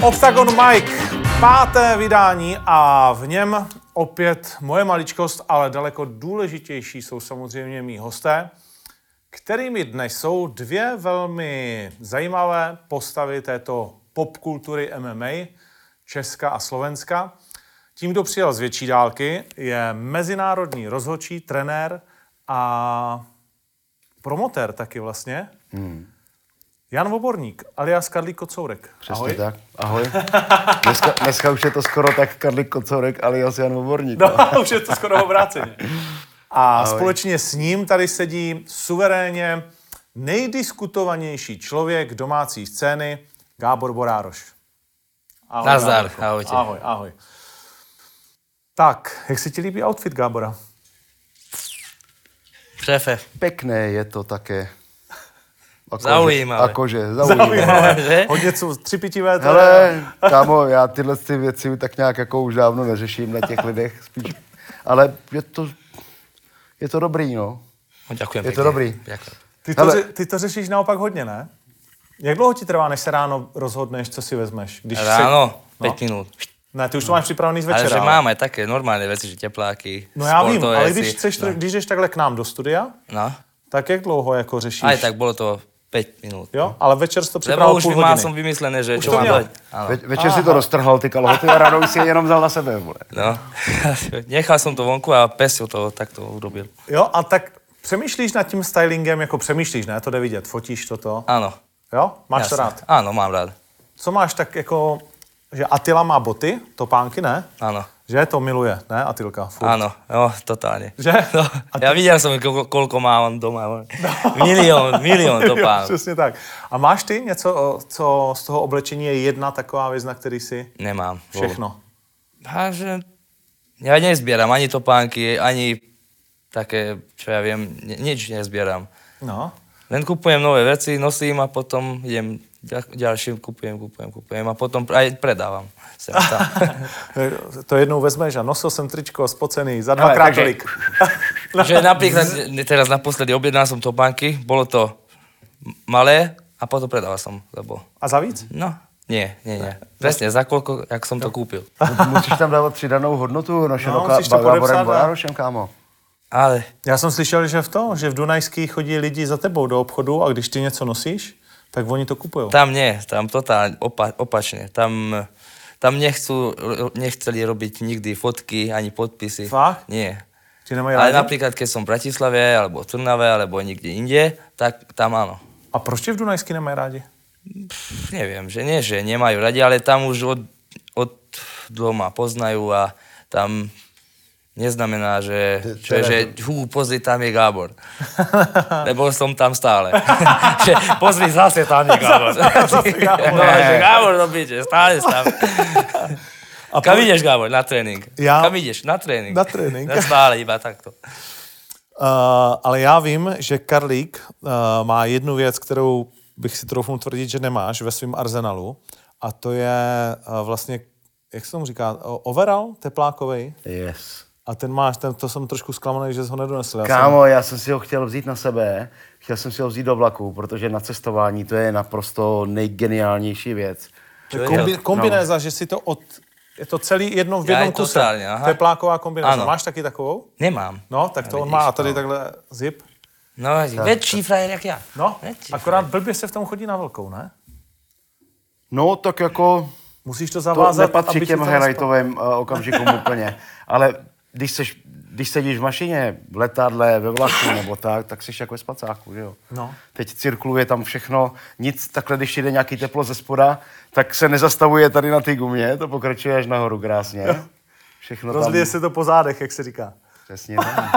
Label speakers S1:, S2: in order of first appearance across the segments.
S1: Octagon Mike, 5. vydání a v něm opět moje maličkost, ale daleko důležitější jsou samozřejmě mý hosté, kterými dnes jsou dvě velmi zajímavé postavy této popkultury MMA, Česka a Slovenska. Tím, kdo přijel z větší dálky, je mezinárodní rozhodčí, trenér a promotér taky vlastně. Jan Voborník, alias Karlík Kocourek.
S2: Přesně
S1: Ahoj.
S2: tak. Ahoj. Dneska už je to skoro tak Karlík Kocourek, alias Jan Voborník.
S1: No, už je to skoro obráceně. A ahoj. Společně s ním tady sedí suverénně nejdiskutovanější člověk domácí scény, Gábor Borároš.
S3: Ahoj. Nazdar, ahoj.
S1: Ahoj, ahoj. Tak, jak se ti líbí outfit Gábora?
S3: Šéfe.
S2: Pěkné je to také.
S3: Zaujímavé.
S2: Zaujímavé.
S1: Hodně třipitivé.
S2: Hele, kámo, já tyhle ty věci tak nějak jako už dávno neřeším na těch lidech spíš. Ale je to dobrý, no.
S3: Děkujem.
S2: Je to dobrý.
S1: Ty to řešíš naopak hodně, ne? Jak dlouho ti trvá, než se ráno rozhodneš, co si vezmeš?
S3: Ráno, 5 minut.
S1: Ne, ty už to máš připravený z večera.
S3: Ale že máme také normální věci, že tepláky,
S1: no já vím, ale když jdeš takhle k nám do studia, tak jak dlouho jako řešíš?
S3: Aj tak bylo to 5 minut.
S1: Jo, ale večer si to připravil půl hodiny.
S3: Lebo už som vymyslené, že čo mám dať.
S2: Večer si to roztrhal, ty kalhoty, a ráno si je jenom vzal na sebe.
S3: No, nechal som to vonku a Pesio to takto urobil.
S1: Jo, a tak přemýšlíš nad tím stylingem, jako přemýšlíš, ne? To jde vidět, fotíš toto.
S3: Ano.
S1: Jo, máš to rád?
S3: Ano, mám rád.
S1: Co máš tak jako, že Attila má boty, topánky, ne?
S3: Ano.
S1: Že to miluje, ne, Attilka?
S3: Furt. Áno, no, totálne.
S1: Že?
S3: No, ja videl som, koľko má on doma. No. Milión topánok.
S1: Přesně tak. A máš ty něco, co z toho oblečení je jedna taková věc, na který si...
S3: Nemám.
S1: Všechno.
S3: A že ja nezbieram ani topánky, ani také, čo ja viem, nič nezbieram.
S1: No.
S3: Len kupujem nové veci, nosím a potom idem ďalším, kupujem a potom aj predávam.
S1: To jednou vezmeš a nosil jsem tričko spocený za 2x tolik.
S3: Že napríklad, teraz naposledy objednal som topánky, bolo to malé a potom predával som, lebo...
S1: A za víc?
S3: No, nie. Presne, za koľko, jak som to kúpil.
S2: Musíš tam dávat přidanou hodnotu našemu
S1: Gáborem
S2: Borárošem, kámo.
S3: Ale...
S1: Já jsem slyšel, že v Dunajský chodí lidi za tebou do obchodu a když ty něco nosíš, tak oni to kupujou.
S3: Tam nie, tam totálne opačne. Tam nechceli robiť nikdy fotky, ani podpisy.
S1: Fakt?
S3: Nie.
S1: Ale
S3: napríklad, keď som v Bratislave, alebo v Trnave, alebo niekde inde, tak tam áno.
S1: A proč tě v Dunajsky nemají rádi?
S3: Neviem, že nie, že nemajú radi, ale tam už od doma poznajú a tam neznamená, že pozri, tam je Gábor. Lebo som tam stále. Že pozri, zase tam je Gábor. Že Gábor do piče, stále tam. Kam ideš, Gábor? Na trénink. Kam ideš? Na trénink.
S1: Na trénink.
S3: Stále iba takto.
S1: Ale já vím, že Karlík má jednu věc, kterou bych si troufnul tvrdit, že nemáš ve svém arzenalu. A to je vlastně, jak se tomu říká, overall teplákovej?
S2: Yes.
S1: A ten máš, to jsem trošku zklamaný, že jsi ho nedonesl.
S2: Já jsem si ho chtěl vzít na sebe, chtěl jsem si ho vzít do vlaku, protože na cestování to je naprosto nejgeniálnější věc.
S1: Kombinéza, že si to je to celý jedno v jednom kuse. Tepláková kombinéza. Ano. Máš taky takovou?
S3: Nemám.
S1: No, tak to on má a tady takhle zip.
S3: No, větší frajer jak já.
S1: No, akorát blbě se v tom chodí na velkou, ne?
S2: No, tak jako...
S1: Musíš to zavázat,
S2: to nepatří těm highlightovým okamžikům úplně. Ale když sedíš v mašině, v letadle, ve vlaku nebo tak jsi jako ve spacáku, že jo?
S1: No.
S2: Teď cirkuluje tam všechno, nic, takhle, když jde nějaký teplo ze spoda, tak se nezastavuje tady na té gumě, to pokračuje až nahoru krásně.
S1: Všechno rozlije se to po zádech, jak se říká.
S2: Přesně tak.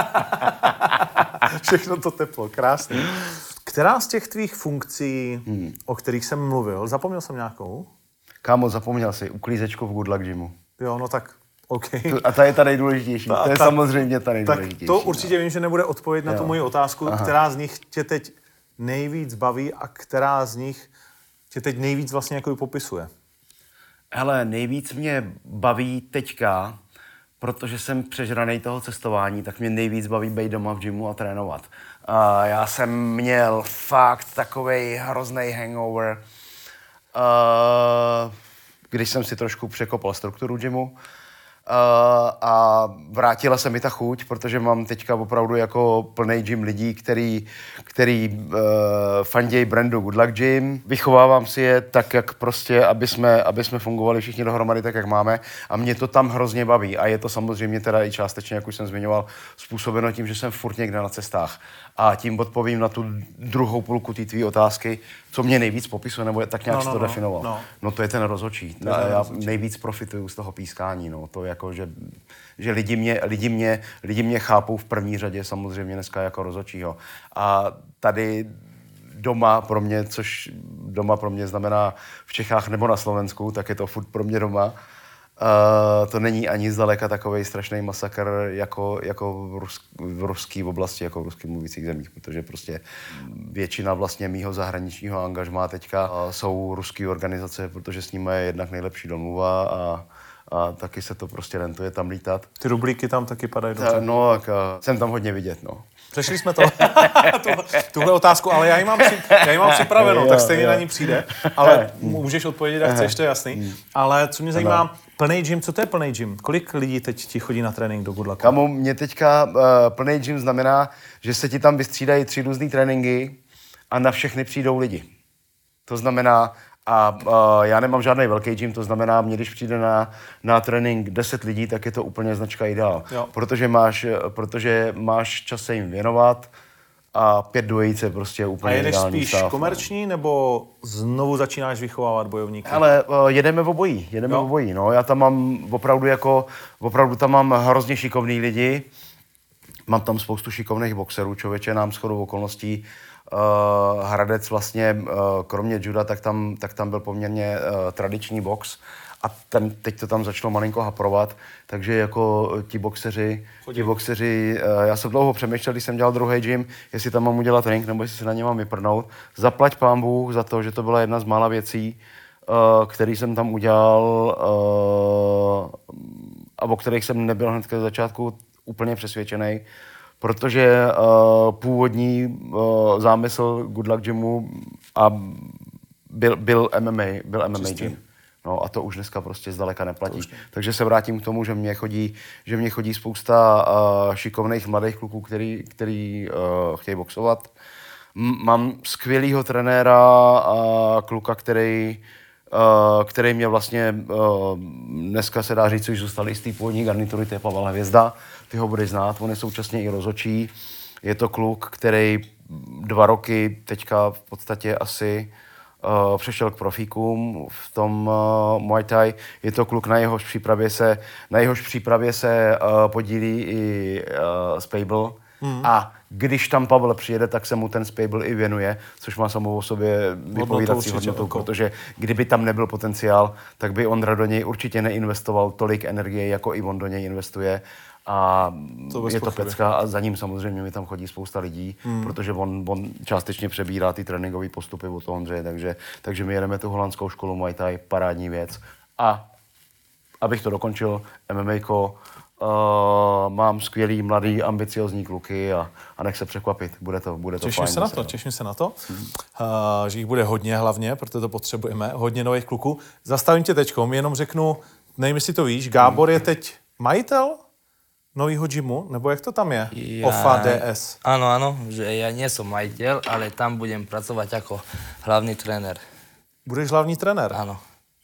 S1: Všechno to teplo, krásně. Která z těch tvých funkcí, o kterých jsem mluvil, zapomněl jsem nějakou?
S2: Kámo, zapomněl jsi, uklízečko v Good Luck Gymu.
S1: Jo, no tak OK.
S2: A ta je ta nejdůležitější. To je samozřejmě ta nejdůležitější.
S1: Tak to určitě vím, že nebude odpověď na tu moji otázku. Aha. Která z nich tě teď nejvíc baví a která z nich tě teď nejvíc vlastně jako popisuje?
S2: Hele, nejvíc mě baví teďka, protože jsem přežranej toho cestování, tak mě nejvíc baví být doma v gymu a trénovat. Já jsem měl fakt takovej hroznej hangover. když jsem si trošku překopal strukturu gymu. A vrátila se mi ta chuť, protože mám teďka opravdu jako plný gym lidí, který fandějí brandu Good Luck Gym. Vychovávám si je tak, jak prostě, aby jsme fungovali všichni dohromady tak, jak máme. A mě to tam hrozně baví. A je to samozřejmě teda i částečně, jak už jsem zmiňoval, způsobeno tím, že jsem furt někde na cestách. A tím odpovím na tu druhou půlku té tvý otázky, co mě nejvíc popisuje, nebo tak nějak to definoval. No to je ten rozhodčí. Já nejvíc profituju z toho pískání. No. To jako, že lidi mě chápou v první řadě samozřejmě dneska jako rozhodčího. A tady doma pro mě, což doma pro mě znamená v Čechách nebo na Slovensku, tak je to furt pro mě doma. To není ani zdaleka takovej strašný masakr jako v ruský oblasti, jako v ruských mluvících zemích, protože prostě většina vlastně mýho zahraničního angažmá teďka jsou ruský organizace, protože s nimi je jednak nejlepší domluva a taky se to prostě rentuje tam lítat.
S1: Ty rublíky tam taky padají dobře.
S2: No, jsem tam hodně vidět, no.
S1: Přešli jsme to, tuhle otázku, ale já ji mám připravenou, tak stejně na ní přijde, ale můžeš odpovědět, jak chceš, to je jasný. Ale co mě zajímá, plný gym, co to je plný gym? Kolik lidí teď ti chodí na trénink do Good Lucku?
S2: Kamo, mě teďka plný gym znamená, že se ti tam vystřídají 3 různý tréninky a na všechny přijdou lidi. To znamená, já nemám žádný velký gym, to znamená, mě když přijde na trénink 10 lidí, tak je to úplně značka ideál. Protože máš čas se jim věnovat a 5 dvojic je prostě úplně ideální stav.
S1: A jedeš spíš komerční, nebo znovu začínáš vychovávat bojovníky?
S2: Ale jedeme v obojí, no. Já tam mám opravdu tam mám hrozně šikovný lidi. Mám tam spoustu šikovných boxerů, člověče, nám shodou okolností. Hradec vlastně, kromě juda, tak tam byl poměrně tradiční box a teď to tam začalo malinko haprovat, takže jako ti boxeři, já jsem dlouho přemýšlel, když jsem dělal druhý gym, jestli tam mám udělat ring, nebo jestli se na ně mám vyprdnout. Zaplať pán Bůh za to, že to byla jedna z mála věcí, který jsem tam udělal a o kterých jsem nebyl hned ze začátku úplně přesvědčený. Protože původní zámysl Good Luck Gymu byl MMA gym. No a to už dneska prostě zdaleka neplatí. Takže se vrátím k tomu, že mě chodí spousta šikovných mladých kluků, který chtějí boxovat. Mám skvělýho trenéra a kluka, který mě vlastně dneska se dá říct, že zůstal i z té původní garnitury, to je Pavel Hvězda. Ty ho budeš znát, on je současně i rozhodčí. Je to kluk, který 2 roky teďka v podstatě asi přešel k profíkům v tom Muay Thai. Je to kluk, na jehož přípravě se podílí i Spable. A když tam Pavel přijede, tak se mu ten Spable i věnuje, což má samou o sobě vypovídací hodnotu, protože kdyby tam nebyl potenciál, tak by Ondra do něj určitě neinvestoval tolik energie, jako i on do něj investuje. A je to pecka a za ním samozřejmě mi tam chodí spousta lidí, protože on částečně přebírá ty tréninkové postupy od toho Ondřeje, takže my jedeme tu holandskou školu Muay Thai, parádní věc. A abych to dokončil, MMAko, mám skvělý, mladý, ambiciozní kluky a nech se překvapit, bude to
S1: těším
S2: fajn.
S1: Těším se na to, že jich bude hodně hlavně, protože to potřebujeme, hodně nových kluků. Zastavím tě teďkom, jenom řeknu, nevím, jestli to víš, Gábor je teď majitel novýho gymu, nebo jak to tam je? OFA DS.
S3: Áno, že ja nie som majiteľ, ale tam budem pracovať ako hlavný trenér.
S1: Budeš hlavní trenér?
S3: Áno.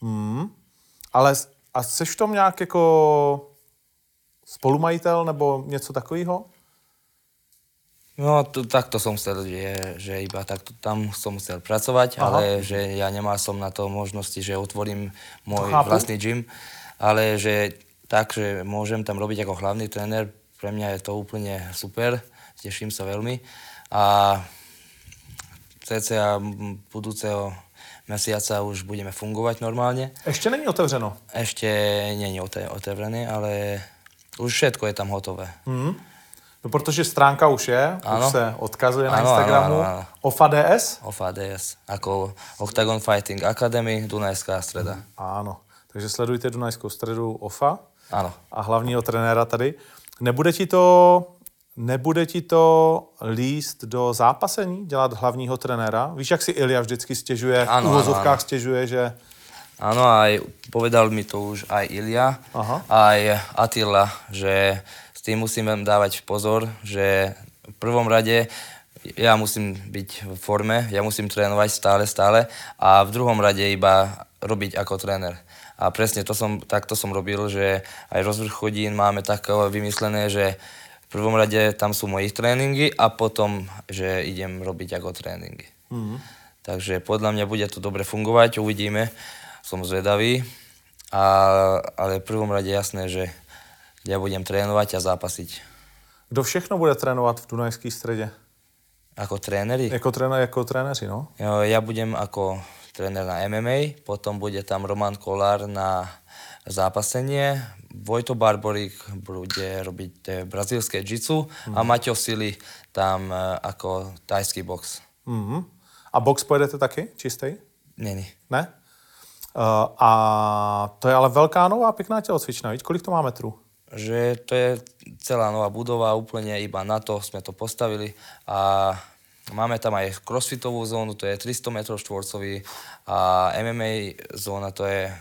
S1: Ale a seš v tom nějak jako spolumajitel nebo něco takového?
S3: No, takto som chcel, že iba takto tam som chcel pracovať, ale že ja nemal som na to možnosti, že otvorím môj vlastný gym, ale že tak, že môžem tam robiť ako hlavný tréner, pre mňa je to úplne super, teším sa veľmi a cca budúceho mesiaca už budeme fungovať normálne.
S1: Ešte není otevřeno?
S3: Ešte není otevřený, ale už všetko je tam hotové.
S1: No, protože stránka už je, už se odkazuje na Instagramu.
S3: Áno.
S1: OFA DS?
S3: OFA DS, ako Octagon Fighting Academy, Dunajská streda.
S1: Ano, takže sledujte Dunajskou středu OFA.
S3: Ano.
S1: A hlavního trenéra tady. Nebude ti to líst do zápasení, dělat hlavního trenéra? Víš, jak si Ilja vždycky stěžuje, v uvozovkách stěžuje, že
S3: Áno, aj povedal mi to už aj Ilia, aj Attila, že s tým musíme dávať pozor, že v prvom rade ja musím byť v forme, ja musím trénovať stále a v druhom rade iba robiť ako tréner. A presne takto som robil, že aj rozvrh chodín máme tak vymyslené, že v prvom rade tam sú moje tréningy a potom, že idem robiť ako tréningy. Takže podľa mňa bude to dobre fungovať, uvidíme. Som zvedavý, ale v prvom rade jasné, že ja budem trénovať a zápasiť.
S1: Kdo všechno bude trénovat v Dunajské Středě?
S3: Ako tréneri?
S1: Jako trenéři, no?
S3: Ja budem ako tréner na MMA, potom bude tam Roman Kolár na zápasenie, Vojto Barborík bude robiť brazílske jiu-jitsu a Maťo Sili tam ako tajský box.
S1: A box pojedete taky? Čistý?
S3: Není.
S1: Ne? A to je ale velká nová pěkná tělocvična, víš? Kolik to má metrů?
S3: Že to je celá nová budova, úplne iba na to sme to postavili a máme tam aj crossfitovú zónu, to je 300 m štvorcový a MMA zóna to je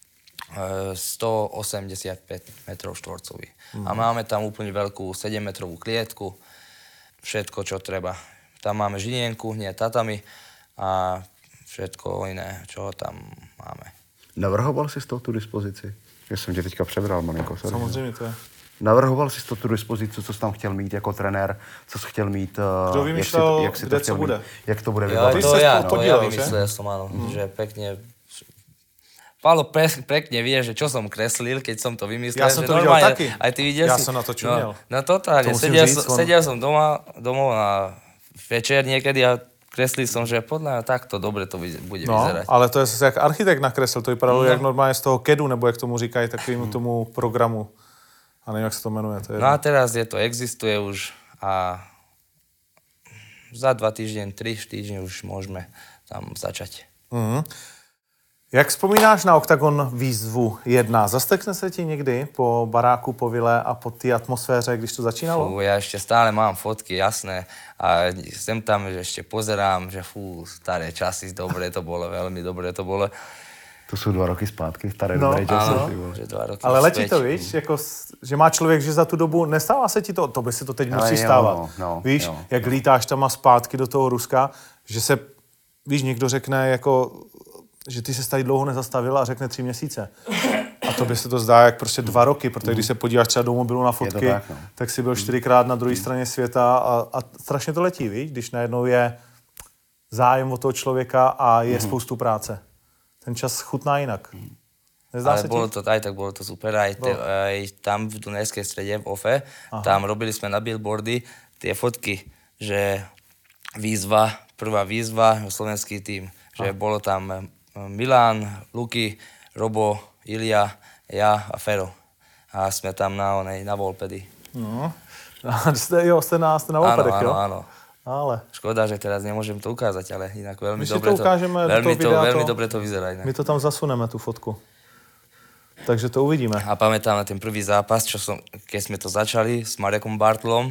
S3: 185 m štvorcový. A máme tam úplne veľkú 7-metrovú klietku, všetko, čo treba. Tam máme žinienku, nie tatami a všetko iné, čo tam máme.
S2: Navrhoval jsi to tu dispozici? Já jsem tě teďka přebral malinko. Sorry.
S1: Samozřejmě to je.
S2: Navrhoval jsi to tu dispozici, co jsi tam chtěl mít jako trenér, co jsi chtěl mít,
S1: Kdo vymýšlel,
S2: jak si to
S1: kde
S2: chtěl
S1: co bude?
S2: Mít, jak to bude
S3: Ja,
S2: vypadat.
S3: to ja vymyslel som, áno, že pekne... Pálo pekne vie, že čo som kreslil, keď som to vymyslel.
S1: Ja som to videl taky.
S3: Aj ty videl
S1: Ja
S3: si?
S1: som na to čuměl.
S3: No totálne,
S1: To musím říct,
S3: sedel som domov na večer niekedy a kreslil som, že podľa mňa takto dobre to bude vyzerať.
S1: Ale to je zase jak architekt nakreslil, to vypadalo jak normálně z toho KEDu, nebo jak tomu říkají, takovému tomu programu. A nevím, jak se to jmenuje. To je
S3: no a teraz existuje už a za 2 týždne, 3 týždne už môžeme tam začať.
S1: Jak vzpomínáš na Oktagon výzvu 1? Zastekne se ti někdy po baráku, po vile a po té atmosféře, když to začínalo?
S3: Ja ešte stále mám fotky, jasné. A sem tam že ešte pozerám, že staré časy, dobre to bolo, veľmi dobre to bolo.
S2: To jsou 2 roky zpátky, staré dobré časy.
S3: Áno, že 2 roky
S1: Ale letí
S3: späť.
S1: to, víš, jako, že má člověk, že za tu dobu nestává se ti to, to by se to teď musí
S2: jo,
S1: stávat.
S2: no,
S1: víš,
S2: jo.
S1: jak lítáš tam a zpátky do toho Ruska, že se, víš, někdo řekne jako, že ty se tady dlouho nezastavil a řekne 3 měsíce. A to by se to zdá jak prostě 2 roky, protože když se podíváš třeba do mobilu na fotky, tak si byl 4krát na druhé straně světa a strašně to letí, víš, když najednou je zájem o toho člověka a je spoustu práce. Ten čas chutná jinak. Nezdá
S3: Ale
S1: se
S3: bolo
S1: ti?
S3: to aj tak, bolo to super. Aj tam v Dunajskej Strede, v OFE, tam robili sme na billboardy tie fotky, že prvá výzva, slovenský tým. Že bolo tam Milan, Luky, Robo, Ilia, ja a Fero. A sme tam na Volpedy.
S1: No. Jste na Volpedech, jo?
S3: Áno.
S1: Ale
S3: Škoda, že teraz nemôžem to ukázať, ale inak veľmi
S1: my si
S3: dobre
S1: to ukážeme do toho videa,
S3: veľmi dobre to vyzerá. Inak.
S1: my to tam zasuneme, tu fotku. Takže to uvidíme.
S3: A pamätám na ten prvý zápas, keď sme to začali s Marekom Bartlom,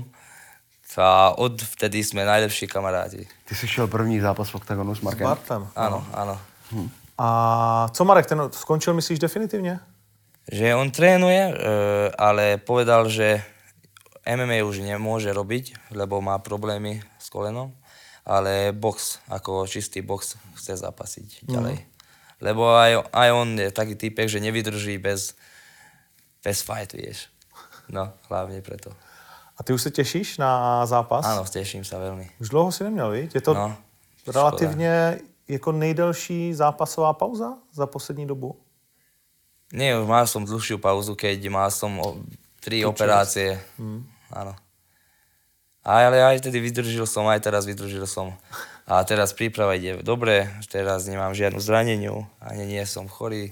S3: a odvtedy sme najlepší kamaráti.
S2: Ty jsi šel první zápas v Oktagonu s Markem?
S1: S Bartem.
S3: Áno.
S1: A co Marek, ten skončil, myslíš, definitivně?
S3: Že on trénuje, ale povedal, že MMA už nemôže robiť, lebo má problémy s kolenom, ale box, ako čistý box, chce zapasiť ďalej. Lebo aj on je taký typek, že nevydrží bez fight, vieš. No, hlavne preto.
S1: A ty už se těšíš na zápas?
S3: Áno, teším sa veľmi.
S1: Už dlouho si neměl, víš? Je to relativně jako nejdelší zápasová pauza za poslední dobu?
S3: Nie, už mal som dlhšiu pauzu, keď mal som 3 operácie. Áno. Ale aj tedy vydržil som, aj teraz vydržil som. A teraz príprava ide dobre, teraz nemám žiadnu zraneniu, ani nie som chorý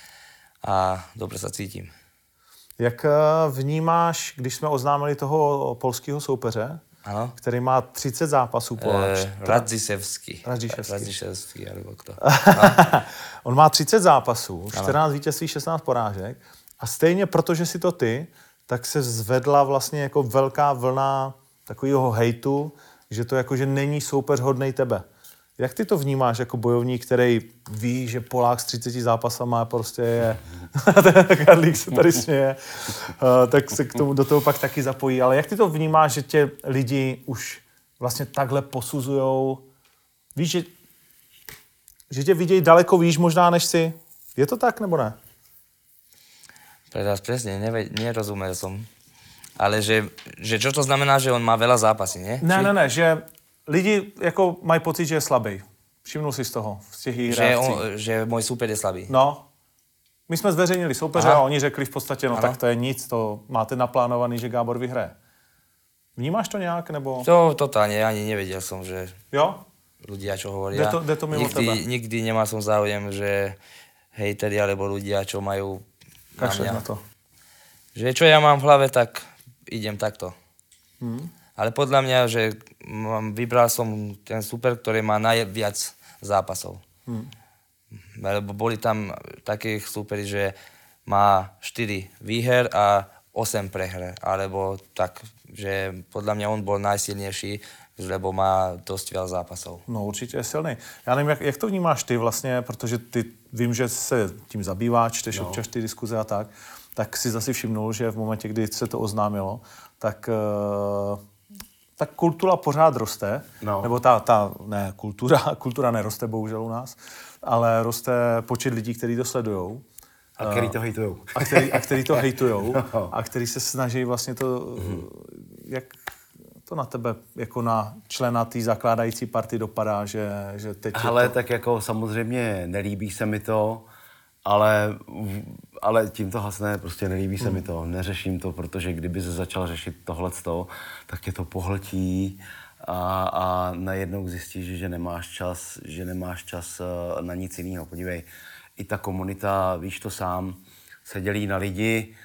S3: a dobre sa cítim.
S1: Jak vnímáš, když jsme oznámili toho polského soupeře,
S3: Ano.
S1: který má 30 zápasů po
S3: Radzisevský, alebo kto.
S1: On má 30 zápasů, 14 vítězství, 16 porážek a stejně protože si to ty, tak se zvedla vlastně jako velká vlna takového hejtu, že to jako, že není soupeř hodnej tebe. Jak ty to vnímáš jako bojovník, který ví, že Polák s 30 zápasama prostě je... Karlík se tady směje, tak se do toho pak taky zapojí. Ale jak ty to vnímáš, že tě lidi už vlastně takhle posuzujou? Víš, že tě vidějí daleko výš možná než si? Je to tak, nebo ne?
S3: Teraz presne, nerozumel som. Ale že čo to znamená, že on má veľa zápasí, nie?
S1: Ne, že lidi jako mají pocit, že je slabý. Všimnul si z toho, z těch reakcí.
S3: Že môj súper je slabý.
S1: No, my jsme zveřejnili soupeře a oni řekli v podstatě, no
S3: Ano.
S1: tak to je nic, to máte naplánovaný, že Gábor vyhraje. Vnímáš to nějak, nebo...
S3: To totálne, ani nevedel som, že
S1: Jo?
S3: ľudia čo hovoria.
S1: Jde to mimo tebe?
S3: Nikdy nemal som záujem, že hejteri alebo ľudia, čo majú na
S1: Kašleš
S3: mňa.
S1: na to.
S3: Že čo ja mám v hlave, tak idem takto. Ale podľa mňa, že vybral som ten super, ktorý má najviac zápasov. Lebo boli tam takých súperi, že má 4 výher a 8 preher. Alebo tak, že podľa mňa on bol najsilnejší, lebo má dosť veľa zápasov.
S1: No určitě je silný. Já nevím, jak to vnímáš ty vlastně, protože ty vím, že se tím zabýváš, čteš občas ty diskuze a tak si zase všimnul, že v momentě, kdy se to oznámilo, tak kultura pořád roste, nebo kultura neroste bohužel u nás, ale roste počet lidí, kteří to sledujou.
S2: A který to hejtujou.
S1: A který to hejtujou a který se snaží vlastně to, jak to na tebe jako na člena té zakládající party dopadá, že teď
S2: Ale tak jako samozřejmě nelíbí se mi to, ale tím to hasne, prostě nelíbí se mi to, neřeším to, protože kdyby se začal řešit tohleto, tak tě to pohltí a najednou zjistíš, že nemáš čas na nic jiného. Podívej, i ta komunita, víš to sám, se dělí na lidi,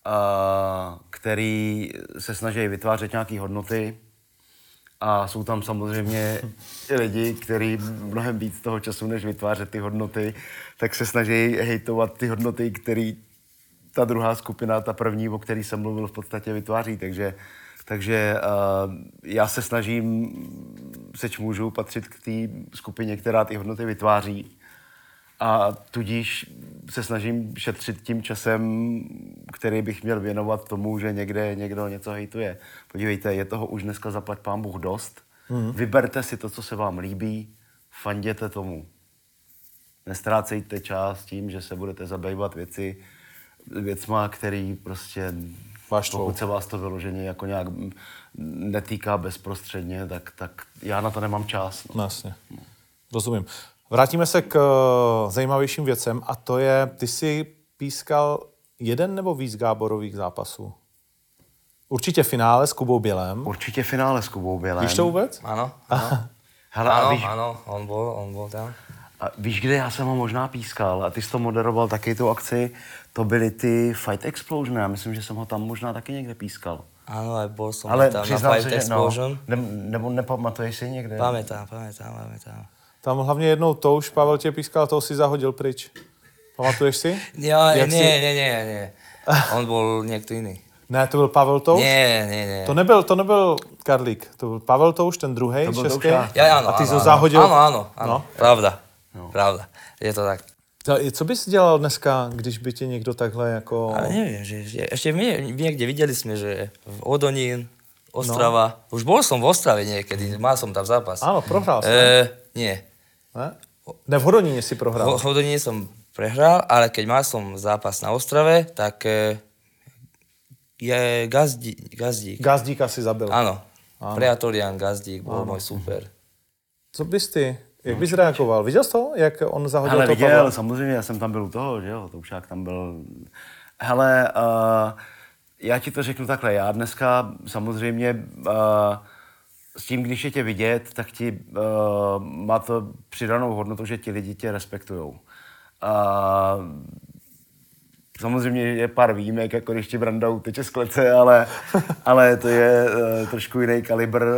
S2: který se snaží vytvářet nějaké hodnoty a jsou tam samozřejmě i lidi, kteří mnohem víc toho času, než vytvářet ty hodnoty, tak se snaží hejtovat ty hodnoty, které ta druhá skupina, ta první, o který jsem mluvil, v podstatě vytváří. Takže já se snažím, seč můžu, patřit k té skupině, která ty hodnoty vytváří. A tudíž se snažím šetřit tím časem, který bych měl věnovat tomu, že někde někdo něco hejtuje. Podívejte, je toho už dneska zaplať pán Bůh dost. Vyberte si to, co se vám líbí, fanděte tomu. Nestrácejte čas tím, že se budete zabývat věcma, který prostě, pokud se vás to vyloženě jako nějak netýká bezprostředně, tak já na to nemám čas.
S1: No. Jasně. Rozumím. Vrátíme se k zajímavějším věcem a to je, ty jsi pískal jeden nebo víc Gáborových zápasů? Určitě finále s Kubou Bělem.
S2: Určitě finále s Kubou Bělem.
S1: Víš to vůbec?
S3: Áno.
S2: Hele,
S3: Áno, on bol tam.
S2: A víš, kde já jsem ho možná pískal a ty jsi to moderoval taky tu akci, to byly ty Fight Explosion, já myslím, že jsem ho tam možná taky někde pískal.
S3: Áno, aj bol som
S2: Ale
S3: tam na
S2: přiznám
S3: Fight
S2: se, že
S3: Explosion.
S2: nebo nepamatuješ si někde?
S3: Pamätám.
S1: Tam hlavně jednou touž Pavel tě pískal, toho si zahodil pryč. Pamatuješ si?
S3: Nie. On bol niekto iný.
S1: Ne, to byl Pavel Touš?
S3: Nie.
S1: To nebyl Karlík, to byl Pavel Touš, ten druhej český.
S3: Áno,
S1: a ty jsi
S3: áno,
S1: ho zahodil.
S3: Áno.
S1: No.
S3: Pravda. Je to tak.
S1: Co bys dělal dneska, když by tě někdo takhle jako...
S3: Ale neviem, že ešte niekde videli sme, že v Odonín, Ostrava. Už bol som v Ostrave niekedy, mal som tam zápas.
S1: Áno, prohrál som.
S3: Nie.
S1: Ne, v Hodoníne si prohrál.
S3: V Hodoníne som prehral, ale keď mal som zápas na Ostrave, tak je Gazdík.
S1: Gazdíka si zabil.
S3: Áno. Preatorian Gazdík bol môj super.
S1: Co bys ty? Jak bys reagoval? Viděl jsi to, jak on zahodil
S2: Hele,
S1: to
S2: viděl,
S1: Pavla?
S2: samozřejmě, já jsem tam byl u toho, že jo, Toušák tam byl. Hele, já ti to řeknu takhle, já dneska samozřejmě s tím, když je tě vidět, tak ti má to přidanou hodnotu, že ti lidi tě respektujou. Samozřejmě je pár výjimek, jako když ti Branda uteče z klece, ale to je trošku jiný kalibr.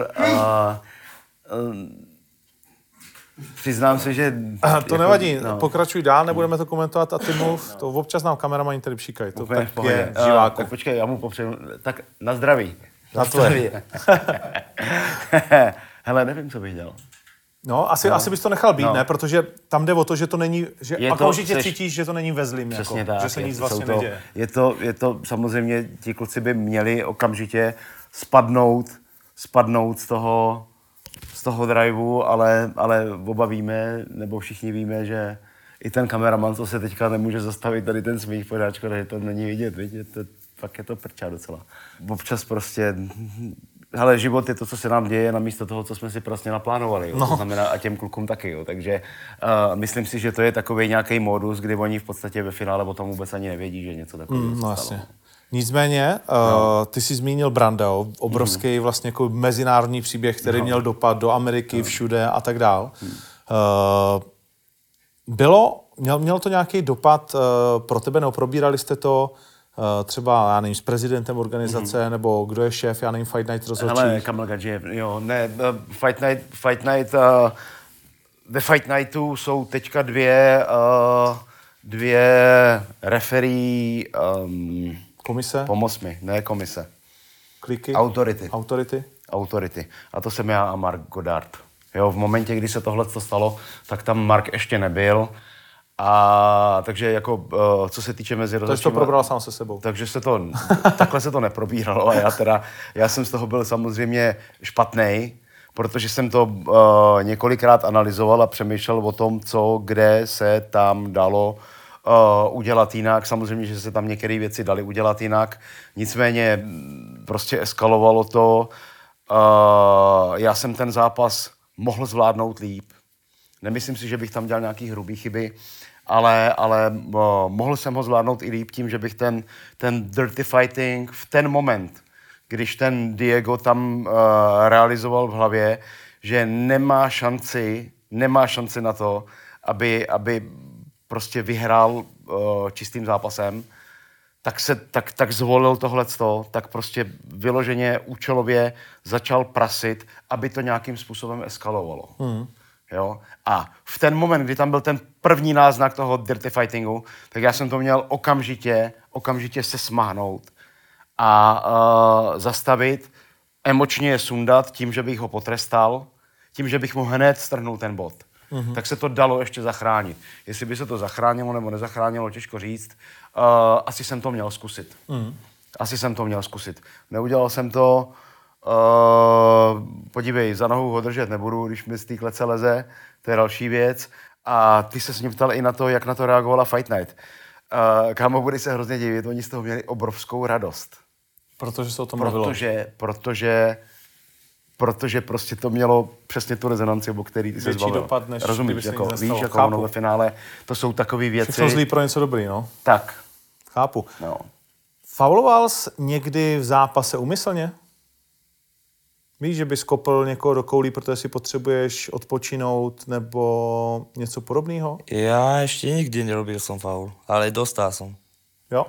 S2: Přiznám se, že...
S1: To nevadí, pokračuj dál, nebudeme to komentovat a ty mluv, to občas nám kameramani tady pšikají, to
S2: Úplně
S1: tak je živáku.
S2: Tak počkej, já mu popřeju, tak na zdraví.
S1: Na tvoje.
S2: Hele, nevím, co bych dělal.
S1: No, asi bys to nechal být, ne? Protože tam jde o to, že to není, že okamžitě cítíš, že to není ve zlým, jako,
S2: tak,
S1: že se nic vlastně neděje.
S2: Je to samozřejmě, ti kluci by měli okamžitě spadnout z toho driveu, ale oba víme, nebo všichni víme, že i ten kameraman, co se teďka nemůže zastavit tady ten smích, pořád škoda, že to není vidět, víte, fakt je to prča docela. Občas prostě, hele, život je to, co se nám děje namísto toho, co jsme si prostě naplánovali, jo. To znamená a těm klukům taky, jo. Takže myslím si, že to je takový nějaký modus, kdy oni v podstatě ve finále o tom vůbec ani nevědí, že něco takového se stalo.
S1: Jasně. Nicméně, ty jsi zmínil Brandao, obrovský vlastně jako mezinárodní příběh, který měl dopad do Ameriky, všude a tak dál. Měl to nějaký dopad pro tebe, nebo probírali jste to třeba, já nevím, s prezidentem organizace, nebo kdo je šéf, já nevím, Fight Night rozhodčí?
S2: Hele, Kamil Gadžiev, jo, ne, Fight Night, ve Fight Nightu jsou teďka dvě referee,
S1: komise?
S2: Pomoz mi, ne komise.
S1: Kliky? Autority. A to jsem já a Mark Goddard. Jo, v momentě, kdy se tohle stalo, tak tam Mark ještě nebyl. A takže jako, co se týče mezi rozhodčíma... To jsi to probral sám se sebou.
S2: Takže takhle se to neprobíralo a já jsem z toho byl samozřejmě špatnej, protože jsem to několikrát analyzoval a přemýšlel o tom, co, kde se tam dalo udělat jinak. Samozřejmě, že se tam některé věci daly udělat jinak. Nicméně prostě eskalovalo to. Já jsem ten zápas mohl zvládnout líp. Nemyslím si, že bych tam dělal nějaký hrubý chyby, ale mohl jsem ho zvládnout i líp tím, že bych ten dirty fighting v ten moment, když ten Diego tam realizoval v hlavě, že nemá šanci na to, aby prostě vyhrál čistým zápasem, tak zvolil tohleto, tak prostě vyloženě účelově začal prasit, aby to nějakým způsobem eskalovalo. Jo? A v ten moment, kdy tam byl ten první náznak toho dirty fightingu, tak já jsem to měl okamžitě se smáhnout a zastavit, emočně je sundat tím, že bych ho potrestal, tím, že bych mu hned strhnul ten bod. Tak se to dalo ještě zachránit. Jestli by se to zachránilo nebo nezachránilo, těžko říct. Asi jsem to měl zkusit. Neudělal jsem to. Podívej, za nohu ho držet nebudu, když mi z té klece leze. To je další věc. A ty se s ním ptal i na to, jak na to reagovala Fight Night. Kámo, budeš se hrozně divit, oni z toho měli obrovskou radost.
S1: Protože se o tom mluvilo.
S2: Protože prostě to mělo přesně tu rezonanci, o který ty se zbavil.
S1: Větší dopad, než
S2: rozumíš, jako, víš, jako
S1: chápu.
S2: ono ve finále, to jsou takové věci.
S1: Všechno zlý pro něco dobrý, no.
S2: Tak.
S1: Chápu.
S2: No.
S1: Fauloval jsi někdy v zápase úmyslně? Víš, že bys kopl někoho do koulí, protože si potřebuješ odpočinout nebo něco podobného?
S3: Já ještě nikdy nerobil som faul, ale dostal som.
S1: Jo?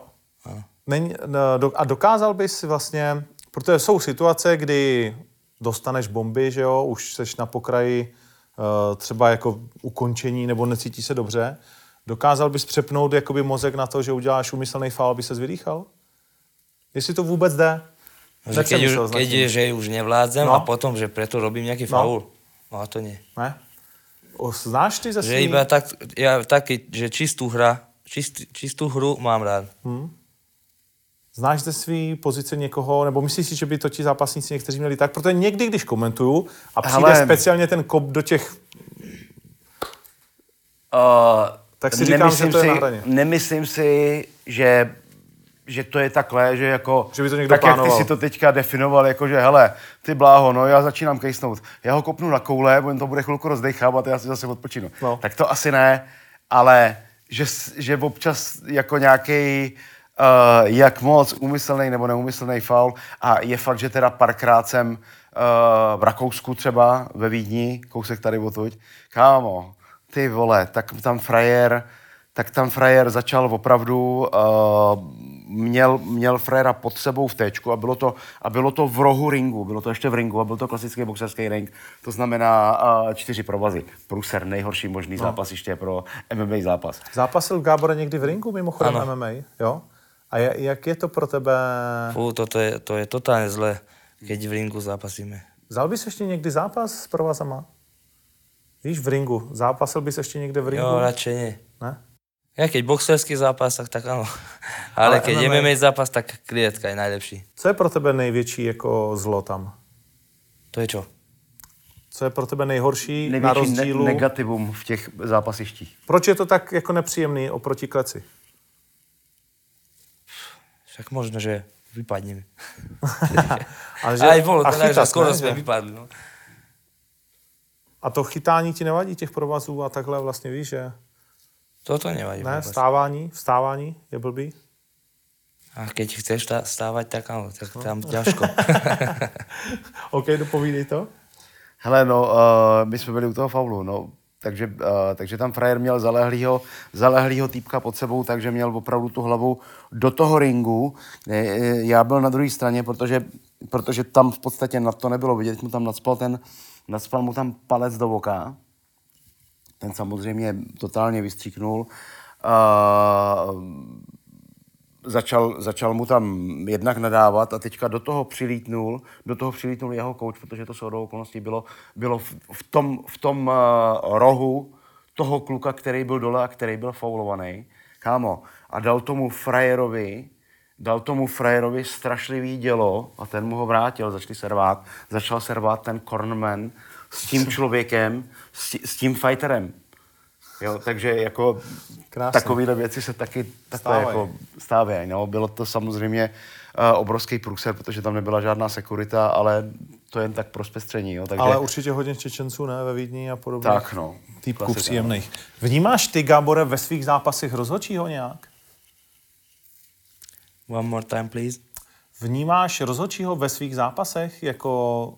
S1: A dokázal bys vlastně, protože jsou situace, kdy dostaneš bomby, že jo, už seš na pokraji třeba jako ukončení nebo necítíš se dobře. Dokázal bys přepnout jakoby mozek na to, že uděláš úmyslný faul, aby ses vydýchal? Jestli to vůbec jde?
S3: Že keď je, že už nevládzem a potom, že preto robím nejaký faul. No a to nie.
S1: Ne? Znáš ty ze svým?
S3: Že iba taký, že čistú hru mám rád.
S1: Znáš ze svý pozice někoho, nebo myslíš si, že by to ti zápasníci někteří měli tak? Protože někdy, když komentuju a přijde speciálně ten kop do těch... tak si říkám, že to je na hraně.
S2: Nemyslím si, že to je takhle, že jako...
S1: Že by to někdo
S2: tak,
S1: plánoval.
S2: Jak ty si to teďka definoval, jako že hele, ty bláho, no já začínám kejsnout. Já ho kopnu na koule, on to bude chvilku rozdechávat a já si zase odpočinu. No. Tak to asi ne, ale že občas jako nějaký jak moc úmyslný nebo neúmyslný faul a je fakt, že teda párkrát jsem v Rakousku třeba, ve Vídni, kousek tady odtud, kámo, ty vole, tak tam frajer začal opravdu, měl frajera pod sebou v téčku a bylo to v rohu ringu, bylo to ještě v ringu a byl to klasický boxerský ring, to znamená 4 provazy. Průser, nejhorší možný zápas ještě pro MMA zápas.
S1: Zápasil Gábor někdy v ringu mimochodem MMA, jo? A jak je to pro tebe?
S3: To je totálně zlé, keď v ringu zápasíme.
S1: Vzal bys ještě někdy zápas s provazama? Víš, v ringu. Zápasil bys ještě někde v ringu?
S3: Jo, radšej nie.
S1: Ne?
S3: Ja keď boxerský zápas, tak áno. Ale keď MMA zápas, tak klietka je najlepší.
S1: Co je pro tebe největší jako zlo tam?
S3: To je čo?
S1: Co je pro tebe nejhorší na
S2: Největší
S1: rozdílu?
S2: negativum v těch zápasištích.
S1: Proč je to tak jako nepříjemný oproti kleci?
S3: Však možno, že vypadneme.
S1: Ale
S3: Aj bolo to tak, že
S1: chytat,
S3: skoro
S1: ne?
S3: sme vypadli. No.
S1: A to chytání ti nevadí těch provazů a takhle vlastně víš, že?
S3: Toto nevadí.
S1: Ne,
S3: vôbec.
S1: vstávání je blbý.
S3: A keď chceš stávať, tak áno, tak tam ťažko.
S1: OK, dopovídej to.
S2: Hele, no, my jsme byli u toho faulu, no, takže tam frajer měl zalehlýho týpka pod sebou, takže měl opravdu tu hlavu do toho ringu. Já byl na druhé straně, protože tam v podstatě na to nebylo vidět, mu tam nacpal mu tam palec do oka. Ten samozřejmě totálně vystříknul. Začal mu tam jednak nadávat a teďka do toho přilítnul jeho kouč, protože to shodou okolností bylo v tom rohu toho kluka, který byl dole a který byl faulovaný. Kámo, a dal tomu frajerovi strašlivý dělo a ten mu ho vrátil, začal servát ten cornerman s tím člověkem, s tím fighterem. Jo, takže jako takovéhle věci se taky jako stávají. No. Bylo to samozřejmě obrovský průser, protože tam nebyla žádná sekurita, ale to jen tak pro zpestření. Jo. Takže...
S1: Ale určitě hodně Čečenců, ne, ve Vídni a podobně.
S2: Tak, no.
S1: Týpků příjemných. Vnímáš ty, Gábore, ve svých zápasech rozhodčího nějak?
S3: One more time, please.
S1: Vnímáš rozhodčího ve svých zápasech jako...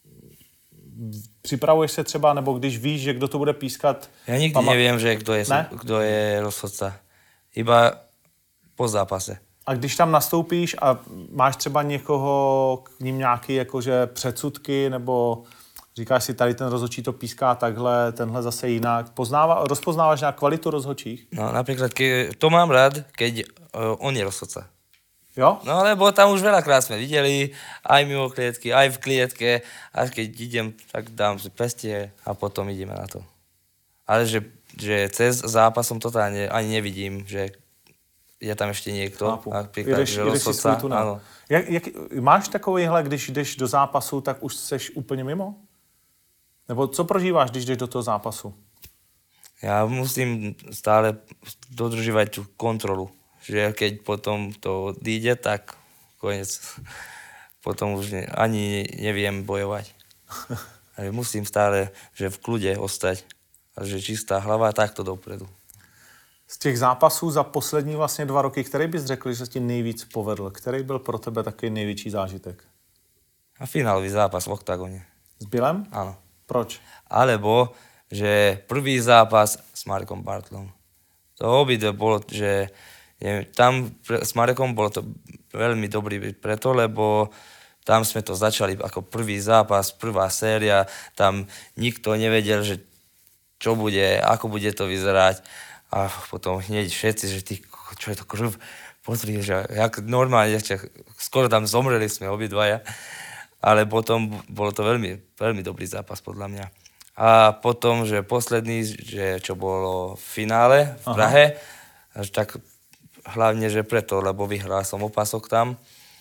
S1: Připravuješ se třeba, nebo když víš, že kdo to bude pískat...
S3: Ja nikdy neviem, že kdo je rozhodca. Iba po zápase.
S1: A když tam nastoupíš a máš třeba někoho, k ním nějaký jakože předsudky, nebo říkáš si, tady ten rozhodčí to píská takhle, tenhle zase jinak. Rozpoznáváš nějak kvalitu rozhodčích?
S3: No napríklad, to mám rád, keď on je rozhodca.
S1: Jo?
S3: No lebo tam už veľakrát sme videli, aj mimo klietky, aj v klietke, až keď idem, tak dám si pestie a potom ideme na to. Ale že cez zápasom totálne ani nevidím, že je tam ešte niekto. Napríklad, že rozhodca, áno.
S1: Máš takovýhle, když jdeš do zápasu, tak už seš úplně mimo? Nebo co prožíváš, když jdeš do toho zápasu?
S3: Ja musím stále dodržívať tú kontrolu. Že keď potom to odíde, tak konec. Potom už ani neviem bojovať. Ale musím stále, že v kľude ostať. A že čistá hlava, takto dopredu.
S1: Z těch zápasů za poslední vlastně 2 roky, který bys řekl, že se ti nejvíc povedl? Který byl pro tebe takový největší zážitek?
S3: A finálový zápas v oktagone.
S1: S Billem?
S3: Áno.
S1: Proč?
S3: Alebo, že prvý zápas s Marekom Bartlom. To obidve bolo, že tam s Marekom bolo to veľmi dobrý preto, lebo tam sme to začali ako prvý zápas, prvá séria, tam nikto nevedel, že čo bude, ako bude to vyzerať a potom hneď všetci, že čo je to krv, pozri, že jak normálne, skoro tam zomreli sme obidvaja, ale potom bolo to veľmi, veľmi dobrý zápas podľa mňa. A potom, že posledný, že čo bolo v finále v Prahe, tak hlavne, že preto, lebo vyhral som opasok tam.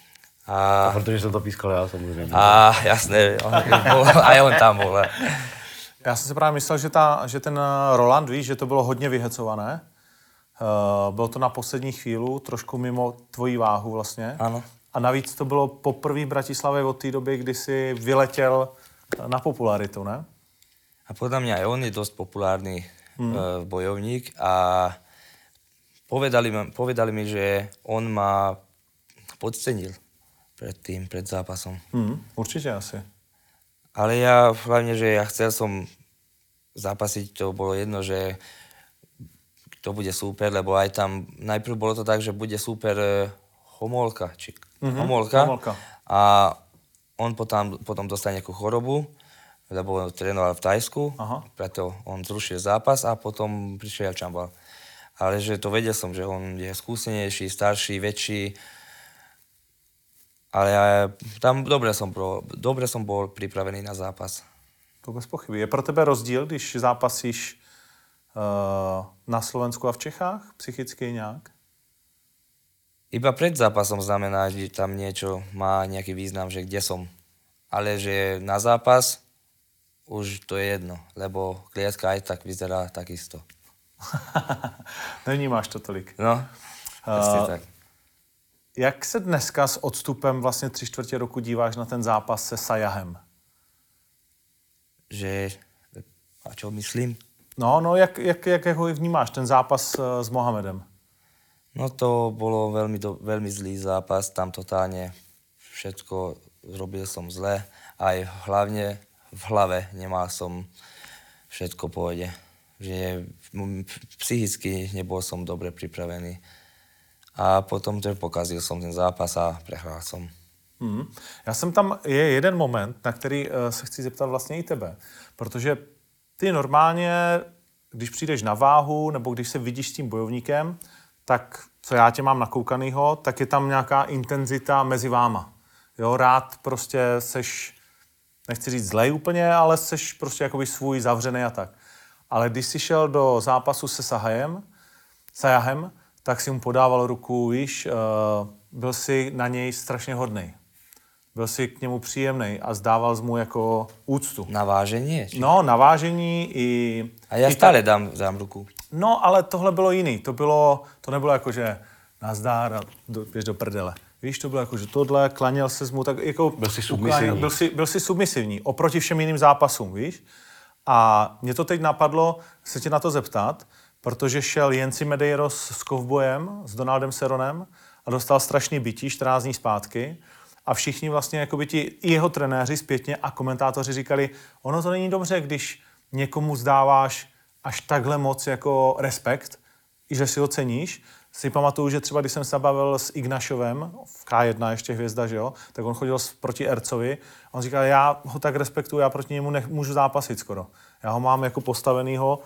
S3: A
S2: protože jsem to pískal já samozřejmě.
S3: A jasné, aj on tam bol.
S1: Já jsem si právě myslel, že ten Roland, víš, že to bylo hodně vyhecované. Bylo to na poslední chvíli, trošku mimo tvojí váhu vlastně.
S3: Ano.
S1: A navíc to bylo poprvé v Bratislavě od té doby, kdy jsi vyletěl na popularitu, ne?
S3: A podľa mňa aj on je dosť populárny bojovník a povedali mi, že on ma podcenil pred zápasom.
S1: Určitě asi.
S3: Ale ja hlavne, že ja chcel som zápasiť, to bolo jedno, že to bude super, lebo aj tam najprv bolo to tak, že bude super Homolka. Homolka. A on potom dostane nejakú chorobu, lebo trénoval v Tajsku, preto on zrušil zápas a potom prišiel Čambal. Ale že to vedel som, že on je skúsenejší, starší, väčší. Ale tam dobre som bol pripravený na zápas.
S1: To bez pochyby. Je pro tebe rozdíl, když zápasíš na Slovensku a v Čechách? Psychicky nějak?
S3: Iba pred zápasom znamená, že tam niečo má nejaký význam, že kde som. Ale že na zápas už to je jedno, lebo klietka aj tak vyzerá takisto.
S1: Nevnímáš to tolik.
S3: No, presne tak.
S1: Jak se dneska s odstupem vlastně 3/4 roku díváš na ten zápas se Sajahem?
S3: Že, a čo myslím?
S1: No, jak ho vnímáš, ten zápas s Mohamedem?
S3: No to bolo veľmi zlý zápas, tam totálne všetko robil som zle, aj hlavne v hlave nemal som všetko v pohode. Že psychicky nebol som dobre pripravený. A potom pokazil som ten zápas a prehrál som.
S1: Já jsem tam, je jeden moment, na který se chci zeptat vlastně i tebe, protože ty normálně, když přijdeš na váhu nebo když se vidíš s tím bojovníkem, tak co já tě mám nakoukanýho, tak je tam nějaká intenzita mezi váma. Jo, rád prostě seš, nechci říct zlej úplně, ale seš prostě jakoby svůj zavřený a tak. Ale když jsi šel do zápasu se Sajahem, tak si mu podával ruku, víš, byl si na něj strašně hodnej. Byl si k němu příjemnej a zdával jsi mu jako úctu.
S3: Na vážení?
S1: No, na vážení i...
S3: A já stále dám ruku.
S1: No, ale tohle bylo jiný. To nebylo jako, že nazdár a běž do prdele. Víš, to bylo jako, že tohle, klaněl se mu, tak jako...
S2: Byl jsi submisivní.
S1: Byl jsi submisivní, oproti všem jiným zápasům, víš? A mě to teď napadlo se tě na to zeptat, protože šel Jenci Medeiros s kovbojem, s Donaldem Cerronem a dostal strašný bití 14 dní zpátky. A všichni vlastně, jakoby i jeho trenéři zpětně a komentátoři říkali, ono to není dobře, když někomu zdáváš až takhle moc jako respekt, i že si ho ceníš. Si pamatuju, že třeba když jsem se bavil s Ignašovem, v K1 ještě hvězda, že jo, tak on chodil proti Ercovi a on říkal, já ho tak respektuju, já proti němu nemůžu zápasit skoro. Já ho mám jako postavenýho.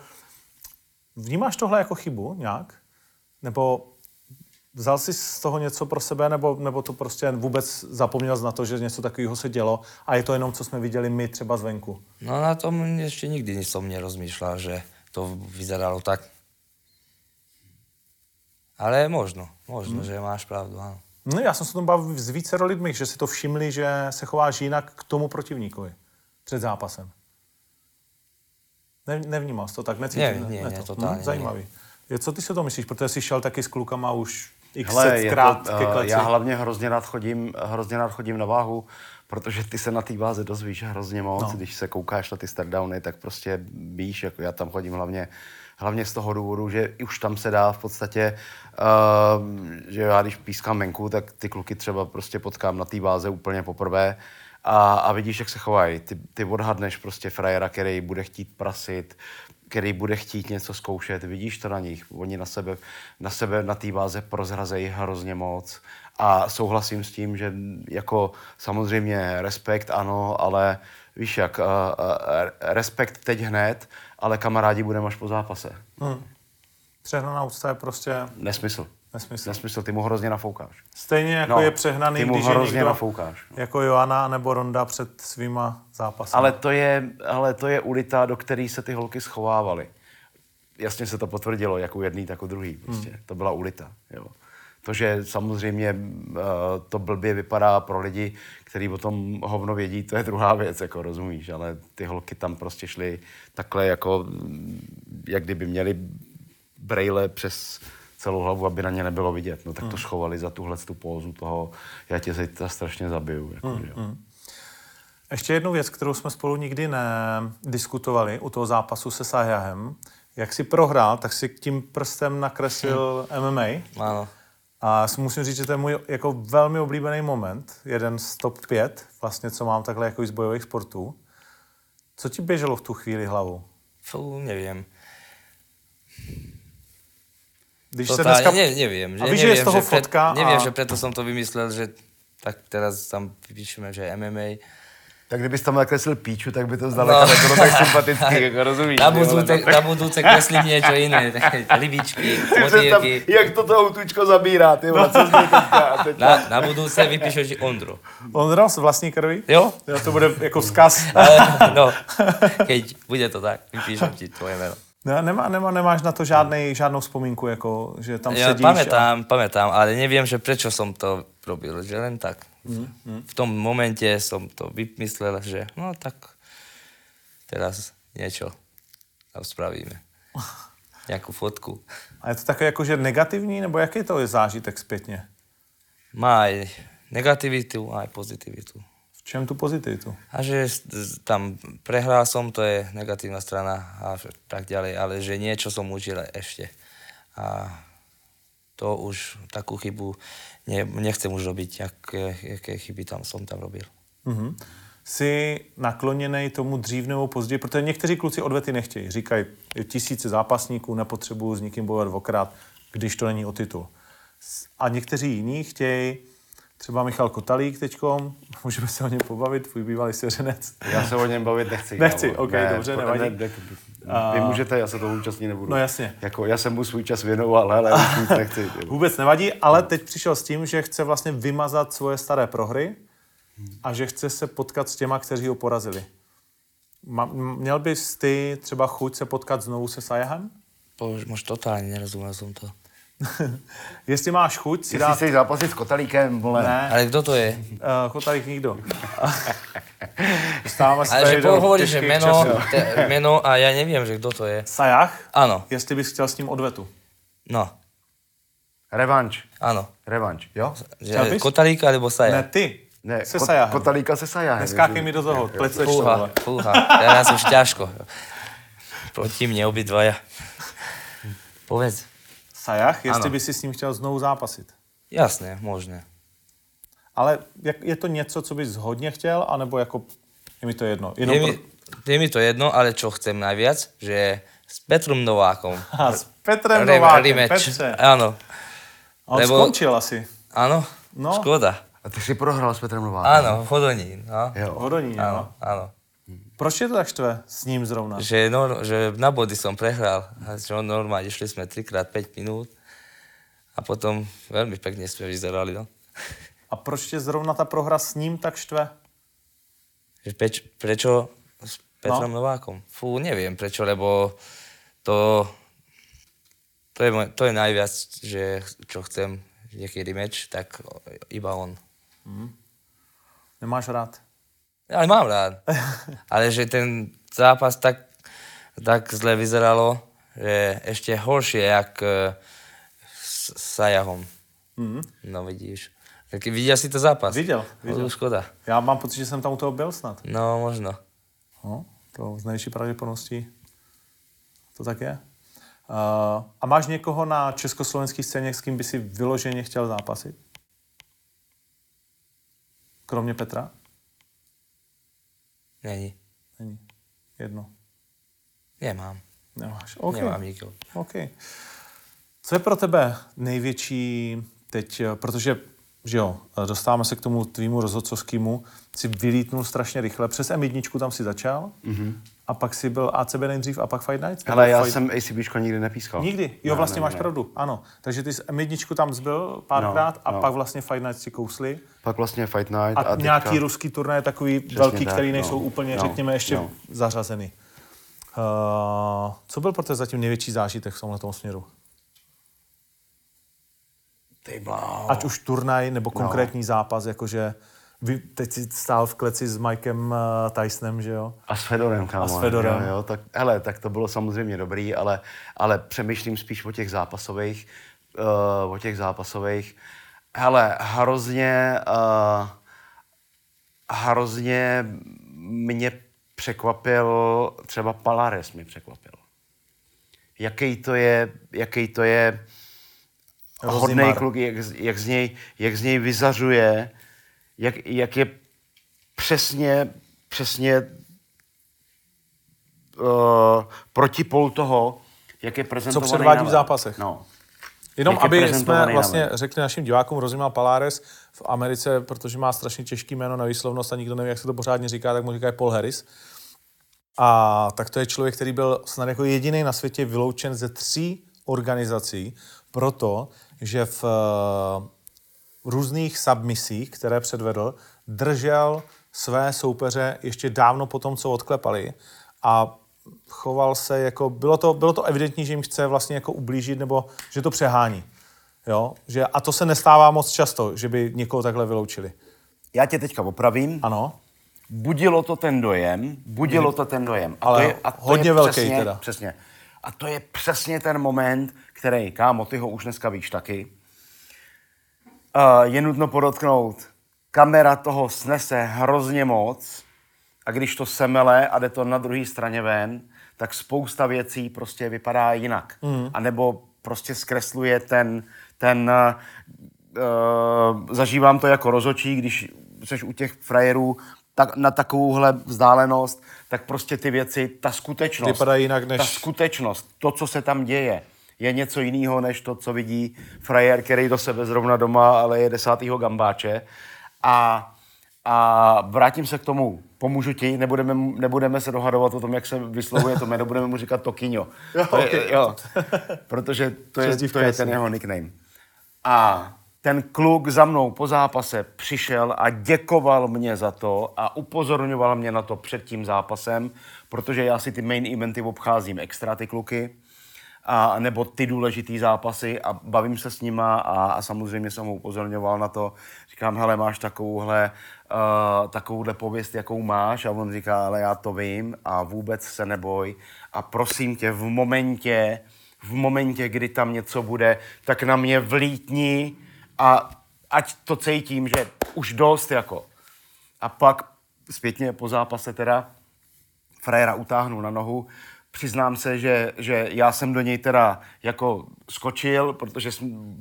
S1: Vnímáš tohle jako chybu nějak? Nebo vzal jsi z toho něco pro sebe, nebo to prostě vůbec zapomněl na to, že něco takového se dělo a je to jenom, co jsme viděli my třeba zvenku?
S3: No na tom ešte nikdy som nerozmýšľal, že to vyzeralo tak. Ale možno, že máš pravdu, áno.
S1: No, já jsem se tom bavil s vícero lidmi, že si to všimli, že se chováš jinak k tomu protivníkovi před zápasem. Nevnímal jsi to tak? Necítil?
S3: Ne, totálně.
S1: Zajímavý. Co ty si to myslíš? Protože jsi šel taky s klukama už
S2: xkrát ke kleci. Já hlavně hrozně rád chodím na váhu, protože ty se na té váze dozvíš hrozně moc. No. Když se koukáš na ty startdowny, tak prostě víš, jako já tam chodím hlavně z toho důvodu, že už tam se dá v podstatě, že já když pískám venku, tak ty kluky třeba prostě potkám na té váze úplně poprvé a vidíš, jak se chovají. Ty odhadneš prostě frajera, který bude chtít prasit, který bude chtít něco zkoušet, vidíš to na nich. Oni na sebe na té váze prozrazejí hrozně moc a souhlasím s tím, že jako samozřejmě respekt ano, ale víš jak, respekt teď hned, ale kamarádi budeme až po zápase.
S1: Přehnaná úcta je prostě...
S2: Nesmysl, ty mu hrozně nafoukáš.
S1: Stejně jako je přehnaný,
S2: ty mu
S1: když je někdo
S2: nafoukáš.
S1: Jako Joanna nebo Ronda před svýma zápasy.
S2: Ale to je ulita, do který se ty holky schovávaly. Jasně se to potvrdilo, jak u jedný, tak u druhý. Prostě. To byla ulita. Jo. To, že samozřejmě to blbě vypadá pro lidi, kteří o tom hovno vědí, to je druhá věc, jako rozumíš, ale ty holky tam prostě šly takhle jako, jak kdyby měly brejle přes celou hlavu, aby na ně nebylo vidět. No tak to schovali za tuhle tu pózu toho, já tě zítra strašně zabiju. Jako,
S1: Ještě jednu věc, kterou jsme spolu nikdy nediskutovali u toho zápasu se Sajahem. Jak jsi prohrál, tak si tím prstem nakreslil MMA.
S3: Ano.
S1: A musím říct, že to je můj jako velmi oblíbený moment. Jeden z top 5, vlastně, co mám takhle jako z bojových sportů. Co ti běželo v tu chvíli hlavou?
S3: Nevím.
S1: Když
S3: Totálne,
S1: se dneska...
S3: neviem.
S1: A víš, že je z toho fotka
S3: neviem, že preto som to vymyslel, že tak teraz tam vypíšeme, že MMA.
S2: tak kdybys tam nakreslil píču, tak by to zdaleka nebylo tak sympatický, jako rozumíš?
S3: Na budúce kreslím niečo iné, rybičky, motýlky.
S2: Jak toto autůčko zabírá, ty vole, co jsi teďka?
S3: Na budúce vypíšeš Ondro.
S1: Ondro z vlastní krvi?
S3: Jo?
S1: To bude jako vzkaz.
S3: No, keď bude to tak, vypíšem ti tvoje meno.
S1: Nemáš na to žádnou vzpomínku, jako, že tam
S3: Ja
S1: sedíš?
S3: pamätám, ale neviem, že prečo som to robil, že len tak. V tom momente som to vymyslel, že no tak teraz niečo tam spravíme. Nejakú fotku.
S1: A je to také jako, že negativní, nebo jaký to je zážitek zpětně?
S3: Má aj negativitu, aj pozitivitu.
S1: V čem tu pozitivitu?
S3: A že tam prehral som, to je negatívna strana a tak ďalej, ale že niečo som učil ešte. A to už takú chybu nechcem už robiť, jaké chyby som tam robil.
S1: Mm-hmm. Jsi nakloněnej tomu dřív nebo později, protože někteří kluci odvety nechtějí. Říkají, je tisíce zápasníků, nepotřebuju s nikým bojovat dvakrát, když to není o titul. A někteří jiní chtějí, třeba Michal Kotalík teďkom, můžeme se o něm pobavit, tvůj bývalý svěřenec.
S2: Já se o něm bavit nechci.
S1: Nechci, ok, dobře, nevadí.
S2: Vy můžete, já se toho účastnit nebudu.
S1: No jasně.
S2: Jako, já jsem mu svůj čas věnoval, ale už nic nechci.
S1: Vůbec nevadí, ale teď přišel s tím, že chce vlastně vymazat svoje staré prohry a že chce se potkat s těma, kteří ho porazili. Měl bys ty třeba chuť se potkat znovu se Sajahem?
S3: Možná totálně nerozuměl jsem to.
S1: Jestli máš chuť si
S2: Jestli
S1: dát...
S2: chceš zápasit s Kotalíkem, vole.
S1: Ne.
S3: Ale kdo to je?
S1: Kotalík nikdo.
S3: Ale že hovoríš, že meno a ja neviem, že kdo to je.
S1: Sajah?
S3: Áno.
S1: Jestli bys chtěl s ním odvetu.
S3: No.
S2: Revanš.
S3: Áno.
S2: Revanš, jo?
S3: Že Kotalíka alebo Sajah?
S1: Ne, ty.
S2: Ne,
S1: Se Sajahem.
S2: Kotalíka se Sajahem.
S1: Neskákej mi do toho, pleceš to, vole.
S3: Fúha. Teraz už ťažko. Proti mne obidvaja. Povedz.
S1: Sajah, jestli
S3: Ano.
S1: by si s ním chtěl znovu zápasit.
S3: Jasné, možné.
S1: Ale je to něco, co bys hodně chtěl, anebo jako je mi to jedno?
S3: Je mi to jedno, ale čo chcem najviac, že s Petrom Novákom.
S1: S Petrem Novákem,
S3: rematch.
S1: Petře.
S3: Áno.
S1: A on skončil asi.
S3: Áno,
S1: No.
S3: škoda.
S2: A ty si prohrál s Petrem Novákem.
S3: Áno, v Hodonín. No.
S2: Jo.
S1: Hodonín, no.
S3: Áno.
S1: Proč je to tak štve s ním zrovna?
S3: Že na body som prehral. A že normálne išli sme 3x5 minút a potom veľmi pekne sme vyzerali. No.
S1: A proč tě zrovna ta prohra s ním tak štve?
S3: Že prečo s Petrom Novákom? Fú, neviem prečo, lebo to je najviac, že čo chcem, nejaký rematch, tak iba on.
S1: Nemáš rád?
S3: Ale mám rád. Ale že ten zápas tak zle vyzeralo, že ešte horšie, jak s Sajahom. No vidíš. Tak viděl jsi to zápas?
S1: Viděl.
S3: Škoda.
S1: Já mám pocit, že jsem tam u toho byl snad.
S3: No, možno.
S1: No, to z největší pravděpodobností to tak je. A máš někoho na československé scéně, s kým by si vyloženě chtěl zápasit? Kromě Petra?
S3: Není.
S1: Jedno.
S3: Nemám.
S1: Nemáš. Okay.
S3: Nemám nikoho.
S1: Okay. Co je pro tebe největší teď, protože že jo, dostáváme se k tomu tvýmu rozhodcovskému, si vylítnul strašně rychle. Přes M1 tam si začal a pak si byl ACB nejdřív a pak Fight Nights?
S2: Ale já jsem ACBčko nikdy nepískal.
S1: Nikdy? Jo, vlastně máš pravdu, ano. Takže ty jsi M1 tam zbyl párkrát a pak vlastně Fight Nights si kousli.
S2: Pak vlastně Fight Night
S1: a nějaký ruský turné takový velký,
S2: tak,
S1: který nejsou úplně, řekněme, ještě zařazeny. Co byl pro tebe zatím největší zážitek v tomhletom směru? Ať už turnaj nebo konkrétní zápas, jakože teď si stál v kleci s Mikem Tysonem, že jo?
S2: A s Fedorem, kámo.
S1: A s Fedorem.
S2: Jo, tak to bylo samozřejmě dobrý, ale přemýšlím spíš o těch zápasových. Hele, hrozně mě překvapil, třeba Palares mě překvapil. Jaký to je hodnej kluk, jak z něj vyzařuje, jak je přesně protipol toho, jak je prezentován.
S1: Co předvádí v zápasech.
S2: No.
S1: Jenom,
S2: jak je
S1: aby jsme
S2: prezentovaný
S1: vlastně
S2: na mě.
S1: řekli našim divákům, Rozimal Palhares v Americe, protože má strašně těžký jméno na výslovnost a nikdo neví, jak se to pořádně říká, tak mu říkají Paul Harris. A tak to je člověk, který byl snad jako jediný na světě vyloučen ze 3 organizací, protože v různých submisích, které předvedl, držel své soupeře ještě dávno po tom, co odklepali a choval se jako, bylo to evidentní, že jim chce vlastně jako ublížit nebo že to přehání. Jo? A to se nestává moc často, že by někoho takhle vyloučili.
S2: Já tě teďka opravím.
S1: Ano.
S2: Budilo to ten dojem.
S1: Ale hodně velký
S2: přesně,
S1: teda.
S2: Přesně. A to je přesně ten moment, který, kámo, ty ho už dneska víš taky. Je nutno podotknout, kamera toho snese hrozně moc a když to semele a jde to na druhé straně ven, tak spousta věcí prostě vypadá jinak. A nebo prostě zkresluje zažívám to jako rozhodčí, když jsi u těch frajerů tak, na takovouhle vzdálenost, tak prostě ty věci, ta skutečnost,
S1: vypadá jinak než...
S2: ta skutečnost, to, co se tam děje, je něco jiného, než to, co vidí frajer, který do sebe zrovna doma, ale je 10. gambáče. A vrátím se k tomu. Pomůžu ti, nebudeme se dohadovat o tom, jak se vyslovuje to jméno, budeme mu říkat Tokyňo. Jo, protože to je ten jeho nickname. A ten kluk za mnou po zápase přišel a děkoval mě za to a upozorňoval mě na to před tím zápasem, protože já si ty main eventy obcházím extra, ty kluky, a nebo ty důležitý zápasy a bavím se s nima a samozřejmě jsem ho upozorňoval na to. Říkám, hele, máš takovouhle pověst, jakou máš? A on říká, ale já to vím a vůbec se neboj. A prosím tě, v momentě, kdy tam něco bude, tak na mě vlítni a ať to cítím, že už dost jako. A pak zpětně po zápase teda frajera utáhnu na nohu. Přiznám se, že já jsem do něj teda jako skočil, protože jsem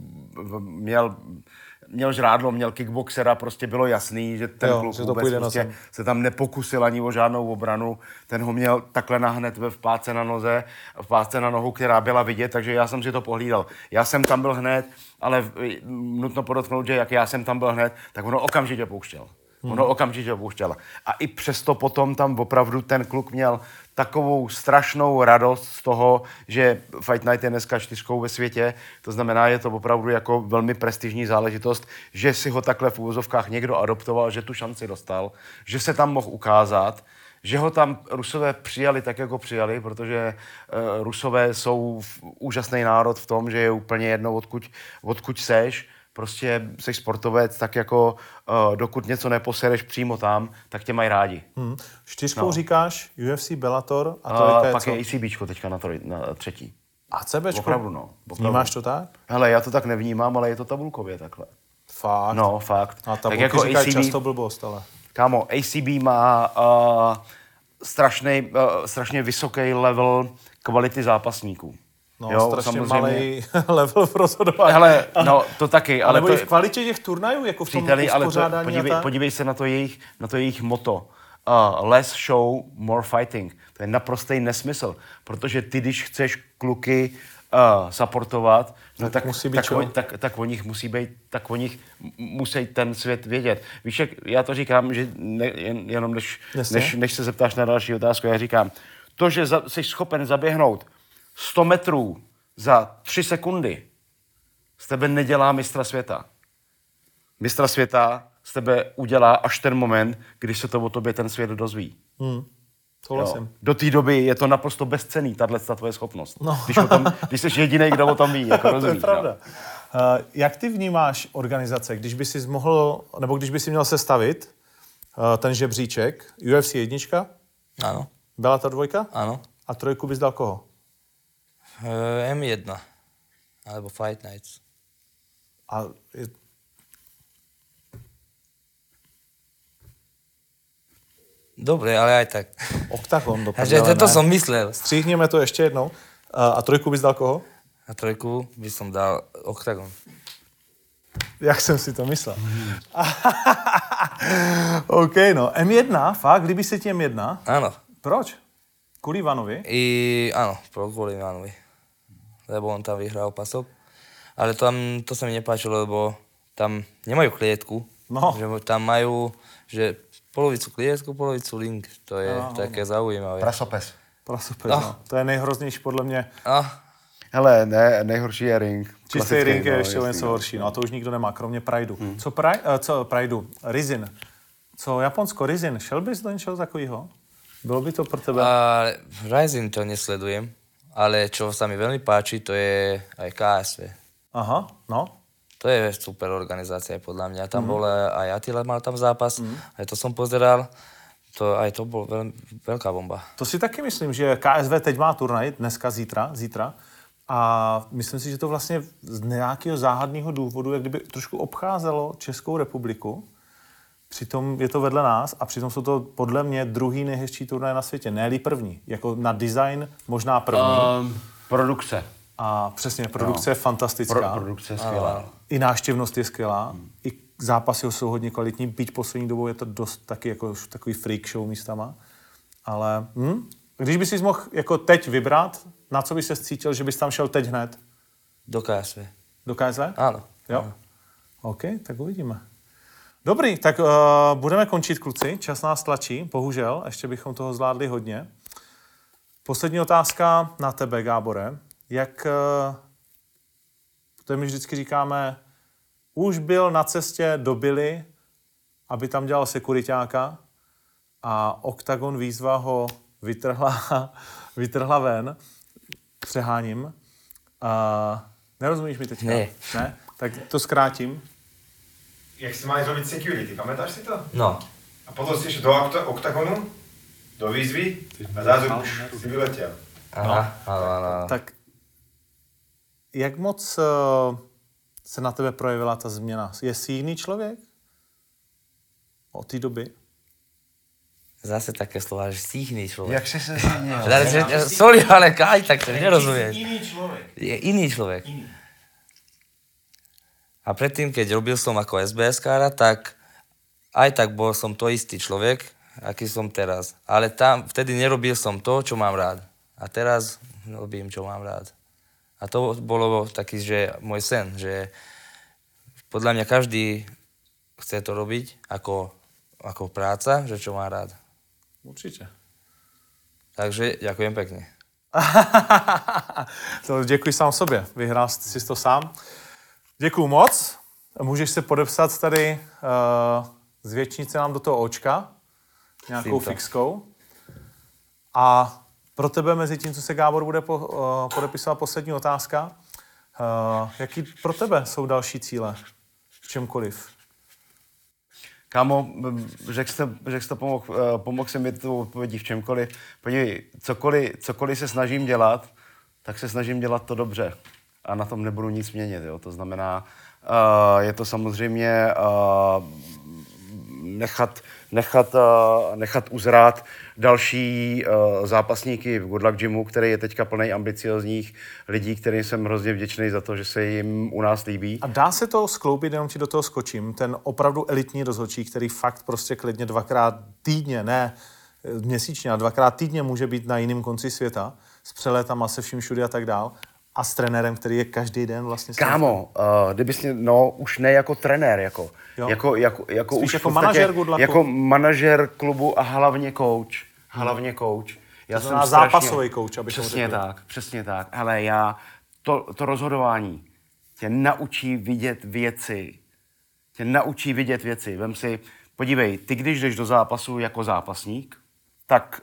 S2: měl žrádlo, měl kickboxera, prostě bylo jasný, že ten kluk vůbec prostě se tam nepokusil ani o žádnou obranu. Ten ho měl takhle nahned v pátce na nohu, která byla vidět, takže já jsem si to pohlídal. Já jsem tam byl hned, ale nutno podotknout, že jak já jsem tam byl hned, tak ono okamžitě pouštěl. A i přesto potom tam opravdu ten kluk měl takovou strašnou radost z toho, že Fight Night je dneska 4 ve světě, to znamená, je to opravdu jako velmi prestižní záležitost, že si ho takhle v úvozovkách někdo adoptoval, že tu šanci dostal, že se tam mohl ukázat, že ho tam Rusové přijali tak, jako přijali, protože Rusové jsou úžasný národ v tom, že je úplně jedno, odkud seš, prostě jsi sportovec, tak jako dokud něco neposereš přímo tam, tak tě mají rádi.
S1: 4 říkáš UFC, Bellator a to
S2: pak je ACBčko teďka na 3.
S1: ACBčko?
S2: Opravdu, no.
S1: Vnímáš to tak?
S2: Hele, já to tak nevnímám, ale je to tabulkově takhle.
S1: Fakt?
S2: No, fakt.
S1: A tabulky jako říkají často blbost, ale...
S2: Kámo, ACB má strašně vysoký level kvality zápasníků.
S1: No, jo, strašně malý level v rozhodování.
S2: Hele, no, to taky.
S1: Ale to... i v kvalitě těch turnajů, jako v tom uspořádání
S2: podívej se na to jejich motto. Less show, more fighting. To je naprostý nesmysl, protože ty, když chceš kluky supportovat, no, tak o nich musí ten svět vědět. Víš, jak já to říkám, že jenom než se zeptáš na další otázku, já říkám, to, že jsi schopen zaběhnout 100 metrů za 3 sekundy, z tebe nedělá mistra světa. Mistra světa z tebe udělá až ten moment, když se to o tobě ten svět dozví. Do té doby je to naprosto bezcenný, tato tvoje schopnost. No. Když jsi jediný, kdo o tom ví. Jako rozumíš,
S1: to je pravda. Jak ty vnímáš organizace, když by si mohl, nebo když by si měl sestavit ten žebříček, UFC 1?
S3: Ano.
S1: Bellator 2?
S3: Ano.
S1: A 3 bys dal koho?
S3: M1. Alebo Fight Nights.
S1: A
S3: Dobre, ale aj tak.
S1: Oktagon do
S3: prdele, to som myslel.
S1: Stříhněme to ještě jednou. A 3 bys dal koho?
S3: A 3 by som dal Oktagon.
S1: Jak jsem si to myslel. OK, no. M1, fakt? Líbí se ti M1?
S3: Áno.
S1: Proč? Kvůli Ivanovi?
S3: Áno, kvôli Ivanovi. Lebo on tam vyhral pasok. ale to sa mi nepáčilo, lebo tam nemajú klietku.
S1: No.
S3: Že tam majú, že polovicu klietku, polovicu link. To je také zaujímavé.
S2: Prasopes.
S1: Prasopes, no. To je nejhroznější podle mě.
S2: Hele, ne, nejhorší je ring.
S1: Čistý ring je ještě něco horší, no a to už nikdo nemá, kromě Prideu. Co Prideu? Rizin. Co Japonsko, Rizin, šel bys do něčeho takového? Bylo by to pro tebe?
S3: Rizin to nesledujem, ale čo sa mi veľmi páči, to je aj KSV.
S1: Aha, no.
S3: To je super organizácia podľa mňa. Tam bol aj Attila mal tam zápas, aj to som pozeral. Aj to bol veľká bomba.
S1: To si taky myslím, že KSV teď má turnaj, dneska, zítra. A myslím si, že to vlastně z nějakého záhadného důvodu, jak kdyby trošku obcházelo Českou republiku. Přitom je to vedle nás a přitom jsou to podle mě druhý nejhezčí turnaj na světě, ne-li první. Jako na design možná první.
S2: Produkce.
S1: A přesně, produkce je fantastická.
S2: Produkce je skvělá.
S1: I návštěvnost je skvělá. I zápasy jsou hodně kvalitní, byť poslední dobou je to dost taky jako takový freak show místama. Ale když bys si mohl jako teď vybrat, na co bys se cítil, že bys tam šel teď hned?
S3: Do KSV.
S1: Do KSV?
S3: Áno.
S1: Jo? Áno. OK, tak uvidíme. Dobrý, tak budeme končit, kluci. Čas nás tlačí, bohužel. Ještě bychom toho zvládli hodně. Poslední otázka na tebe, Gábore. Jak, to my vždycky říkáme, už byl na cestě do Billy, aby tam dělal sekuriťáka a Octagon výzva ho vytrhla ven. Přeháním. Nerozumíš mi teďka? Ne? Tak to zkrátím.
S4: Jak si mali zrobiť security, pamätáš si to?
S3: No.
S4: A potom si išiel do Octagonu, do výzvy a zrazu už si vyletěl.
S3: Aha, áno.
S1: Tak jak moc se na tebe projevila ta změna? Je jsi jiný člověk od té doby?
S3: Zase také slova, že si jiný člověk.
S2: Jak jsi se změnil?
S3: Sorry, ale Kaj, tak to nerozumieš.
S4: Iný človek.
S3: Je iný človek. A predtým, keď robil som ako SBS-kára, tak aj tak bol som to istý človek, aký som teraz. Ale tam vtedy nerobil som to, čo mám rád. A teraz robím, čo mám rád. A to bolo taký, že môj sen, že podľa mňa každý chce to robiť ako práca, že čo má rád.
S1: Určitě.
S3: Takže ďakujem pekne.
S1: Děkuji sám sobě. Vyhrál jsi to sám. Děkuju moc. Můžeš se podepsat tady, zvětšnit se nám do toho očka nějakou fixkou. A pro tebe mezi tím, co se Gábor bude podepisovat, poslední otázka. Jaký pro tebe jsou další cíle v čemkoliv?
S2: Kámo, řekl jsi to pomohl se mi tu odpovědí v čemkoliv. Podívej, cokoliv se snažím dělat, tak se snažím dělat to dobře. A na tom nebudu nic měnit. Jo? To znamená, je to samozřejmě nechat uzrát další zápasníky v Good Luck Gymu, který je teďka plný ambiciozních lidí, kterým jsem hrozně vděčný za to, že se jim u nás líbí.
S1: A dá se to skloubit, jenom ti do toho skočím, ten opravdu elitní rozhodčí, který fakt prostě klidně 2x týdně, ne měsíčně, ale 2x týdně může být na jiném konci světa, s přeletama, se vším všude a tak dál. A s trenérem, který je každý den vlastně...
S2: Kámo, kdybys mě, už ne jako trenér, jako
S1: spíš
S2: už
S1: jako manažer Good Lucku.
S2: Jako manažer klubu a hlavně coach. Já jsem
S1: zápasový coach, abychom
S2: řekli. Přesně tak. Ale to rozhodování tě naučí vidět věci. Vem si, podívej, ty když jdeš do zápasu jako zápasník, tak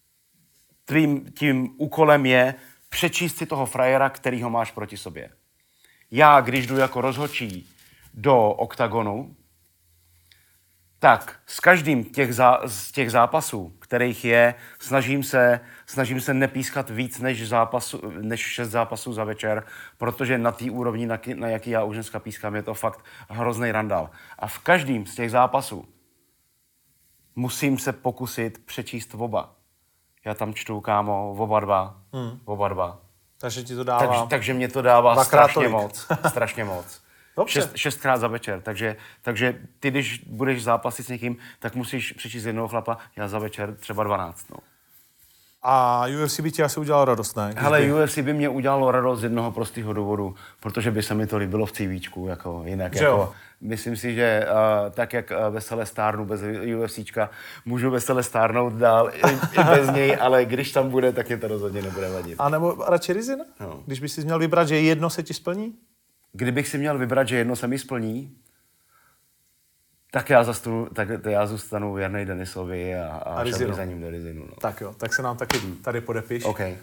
S2: tím úkolem je přečíst si toho frajera, kterýho máš proti sobě. Já, když jdu jako rozhodčí do Octagonu, tak s každým z těch zápasů, kterých je, snažím se nepískat víc než 6 zápasů za večer, protože na té úrovni, na jaký já už dneska pískám, je to fakt hrozný randál. A v každém z těch zápasů musím se pokusit přečíst oba. Já tam čtu, kámo, oba dva.
S1: Takže ti to dává...
S2: Takže mě to dává strašně moc.
S1: Dobře.
S2: 6krát za večer. Takže ty, když budeš zápasit s někým, tak musíš přečíst jednoho chlapa, já za večer třeba 12. No.
S1: A UFC by ti asi udělal radost, ne?
S2: Hele, UFC by mě udělalo radost z jednoho prostého důvodu, protože by se mi to líbilo v CVčku, jako jinak. Jako, myslím si, že tak, jak vesele stárnu bez UFCčka, můžu vesele stárnout dál i bez něj, ale když tam bude, tak je to rozhodně nebude vadit.
S1: A nebo radši Rizin? No. Když bys si měl vybrat, že jedno se ti splní?
S2: Kdybych si měl vybrat, že jedno se mi splní, tak já zůstanu věrnej Denisovi a šel bych za ním do Rizinu. No.
S1: Tak jo, tak se nám taky tady podepiš.
S2: Okay.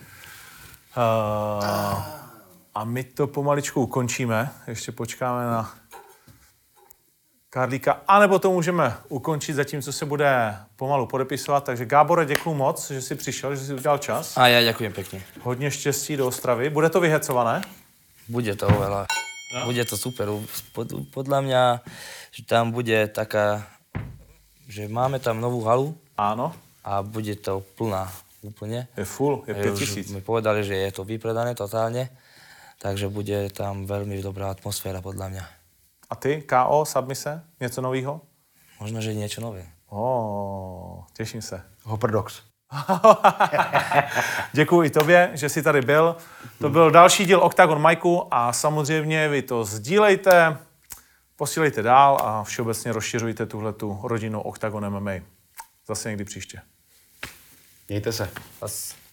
S1: A my to pomaličku ukončíme. Ještě počkáme na Karlíka. A nebo to můžeme ukončit zatímco se bude pomalu podepisovat. Takže Gábore, děkuju moc, že jsi přišel, že jsi udělal čas.
S3: A já děkuji pěkně.
S1: Hodně štěstí do Ostravy. Bude to vyhecované?
S3: Bude to oveľa. No. Bude to super. Podľa mňa, že tam bude taká, že máme tam novú halu.
S1: Áno.
S3: A bude to plná úplne.
S1: Je full, je 5000.
S3: Mi povedali, že je to vypredané totálne, takže bude tam veľmi dobrá atmosféra podľa mňa.
S1: A ty, KO, submise, něco novýho?
S3: Možno, že niečo nové.
S1: Těším se.
S2: Hopperdox.
S1: Děkuji i tobě, že jsi tady byl. To byl další díl Octagon Mike'u a samozřejmě vy to sdílejte, posílejte dál a všeobecně rozšiřujte tuhletu rodinu Octagon MMA. Zase někdy příště.
S2: Mějte se.
S3: Pas.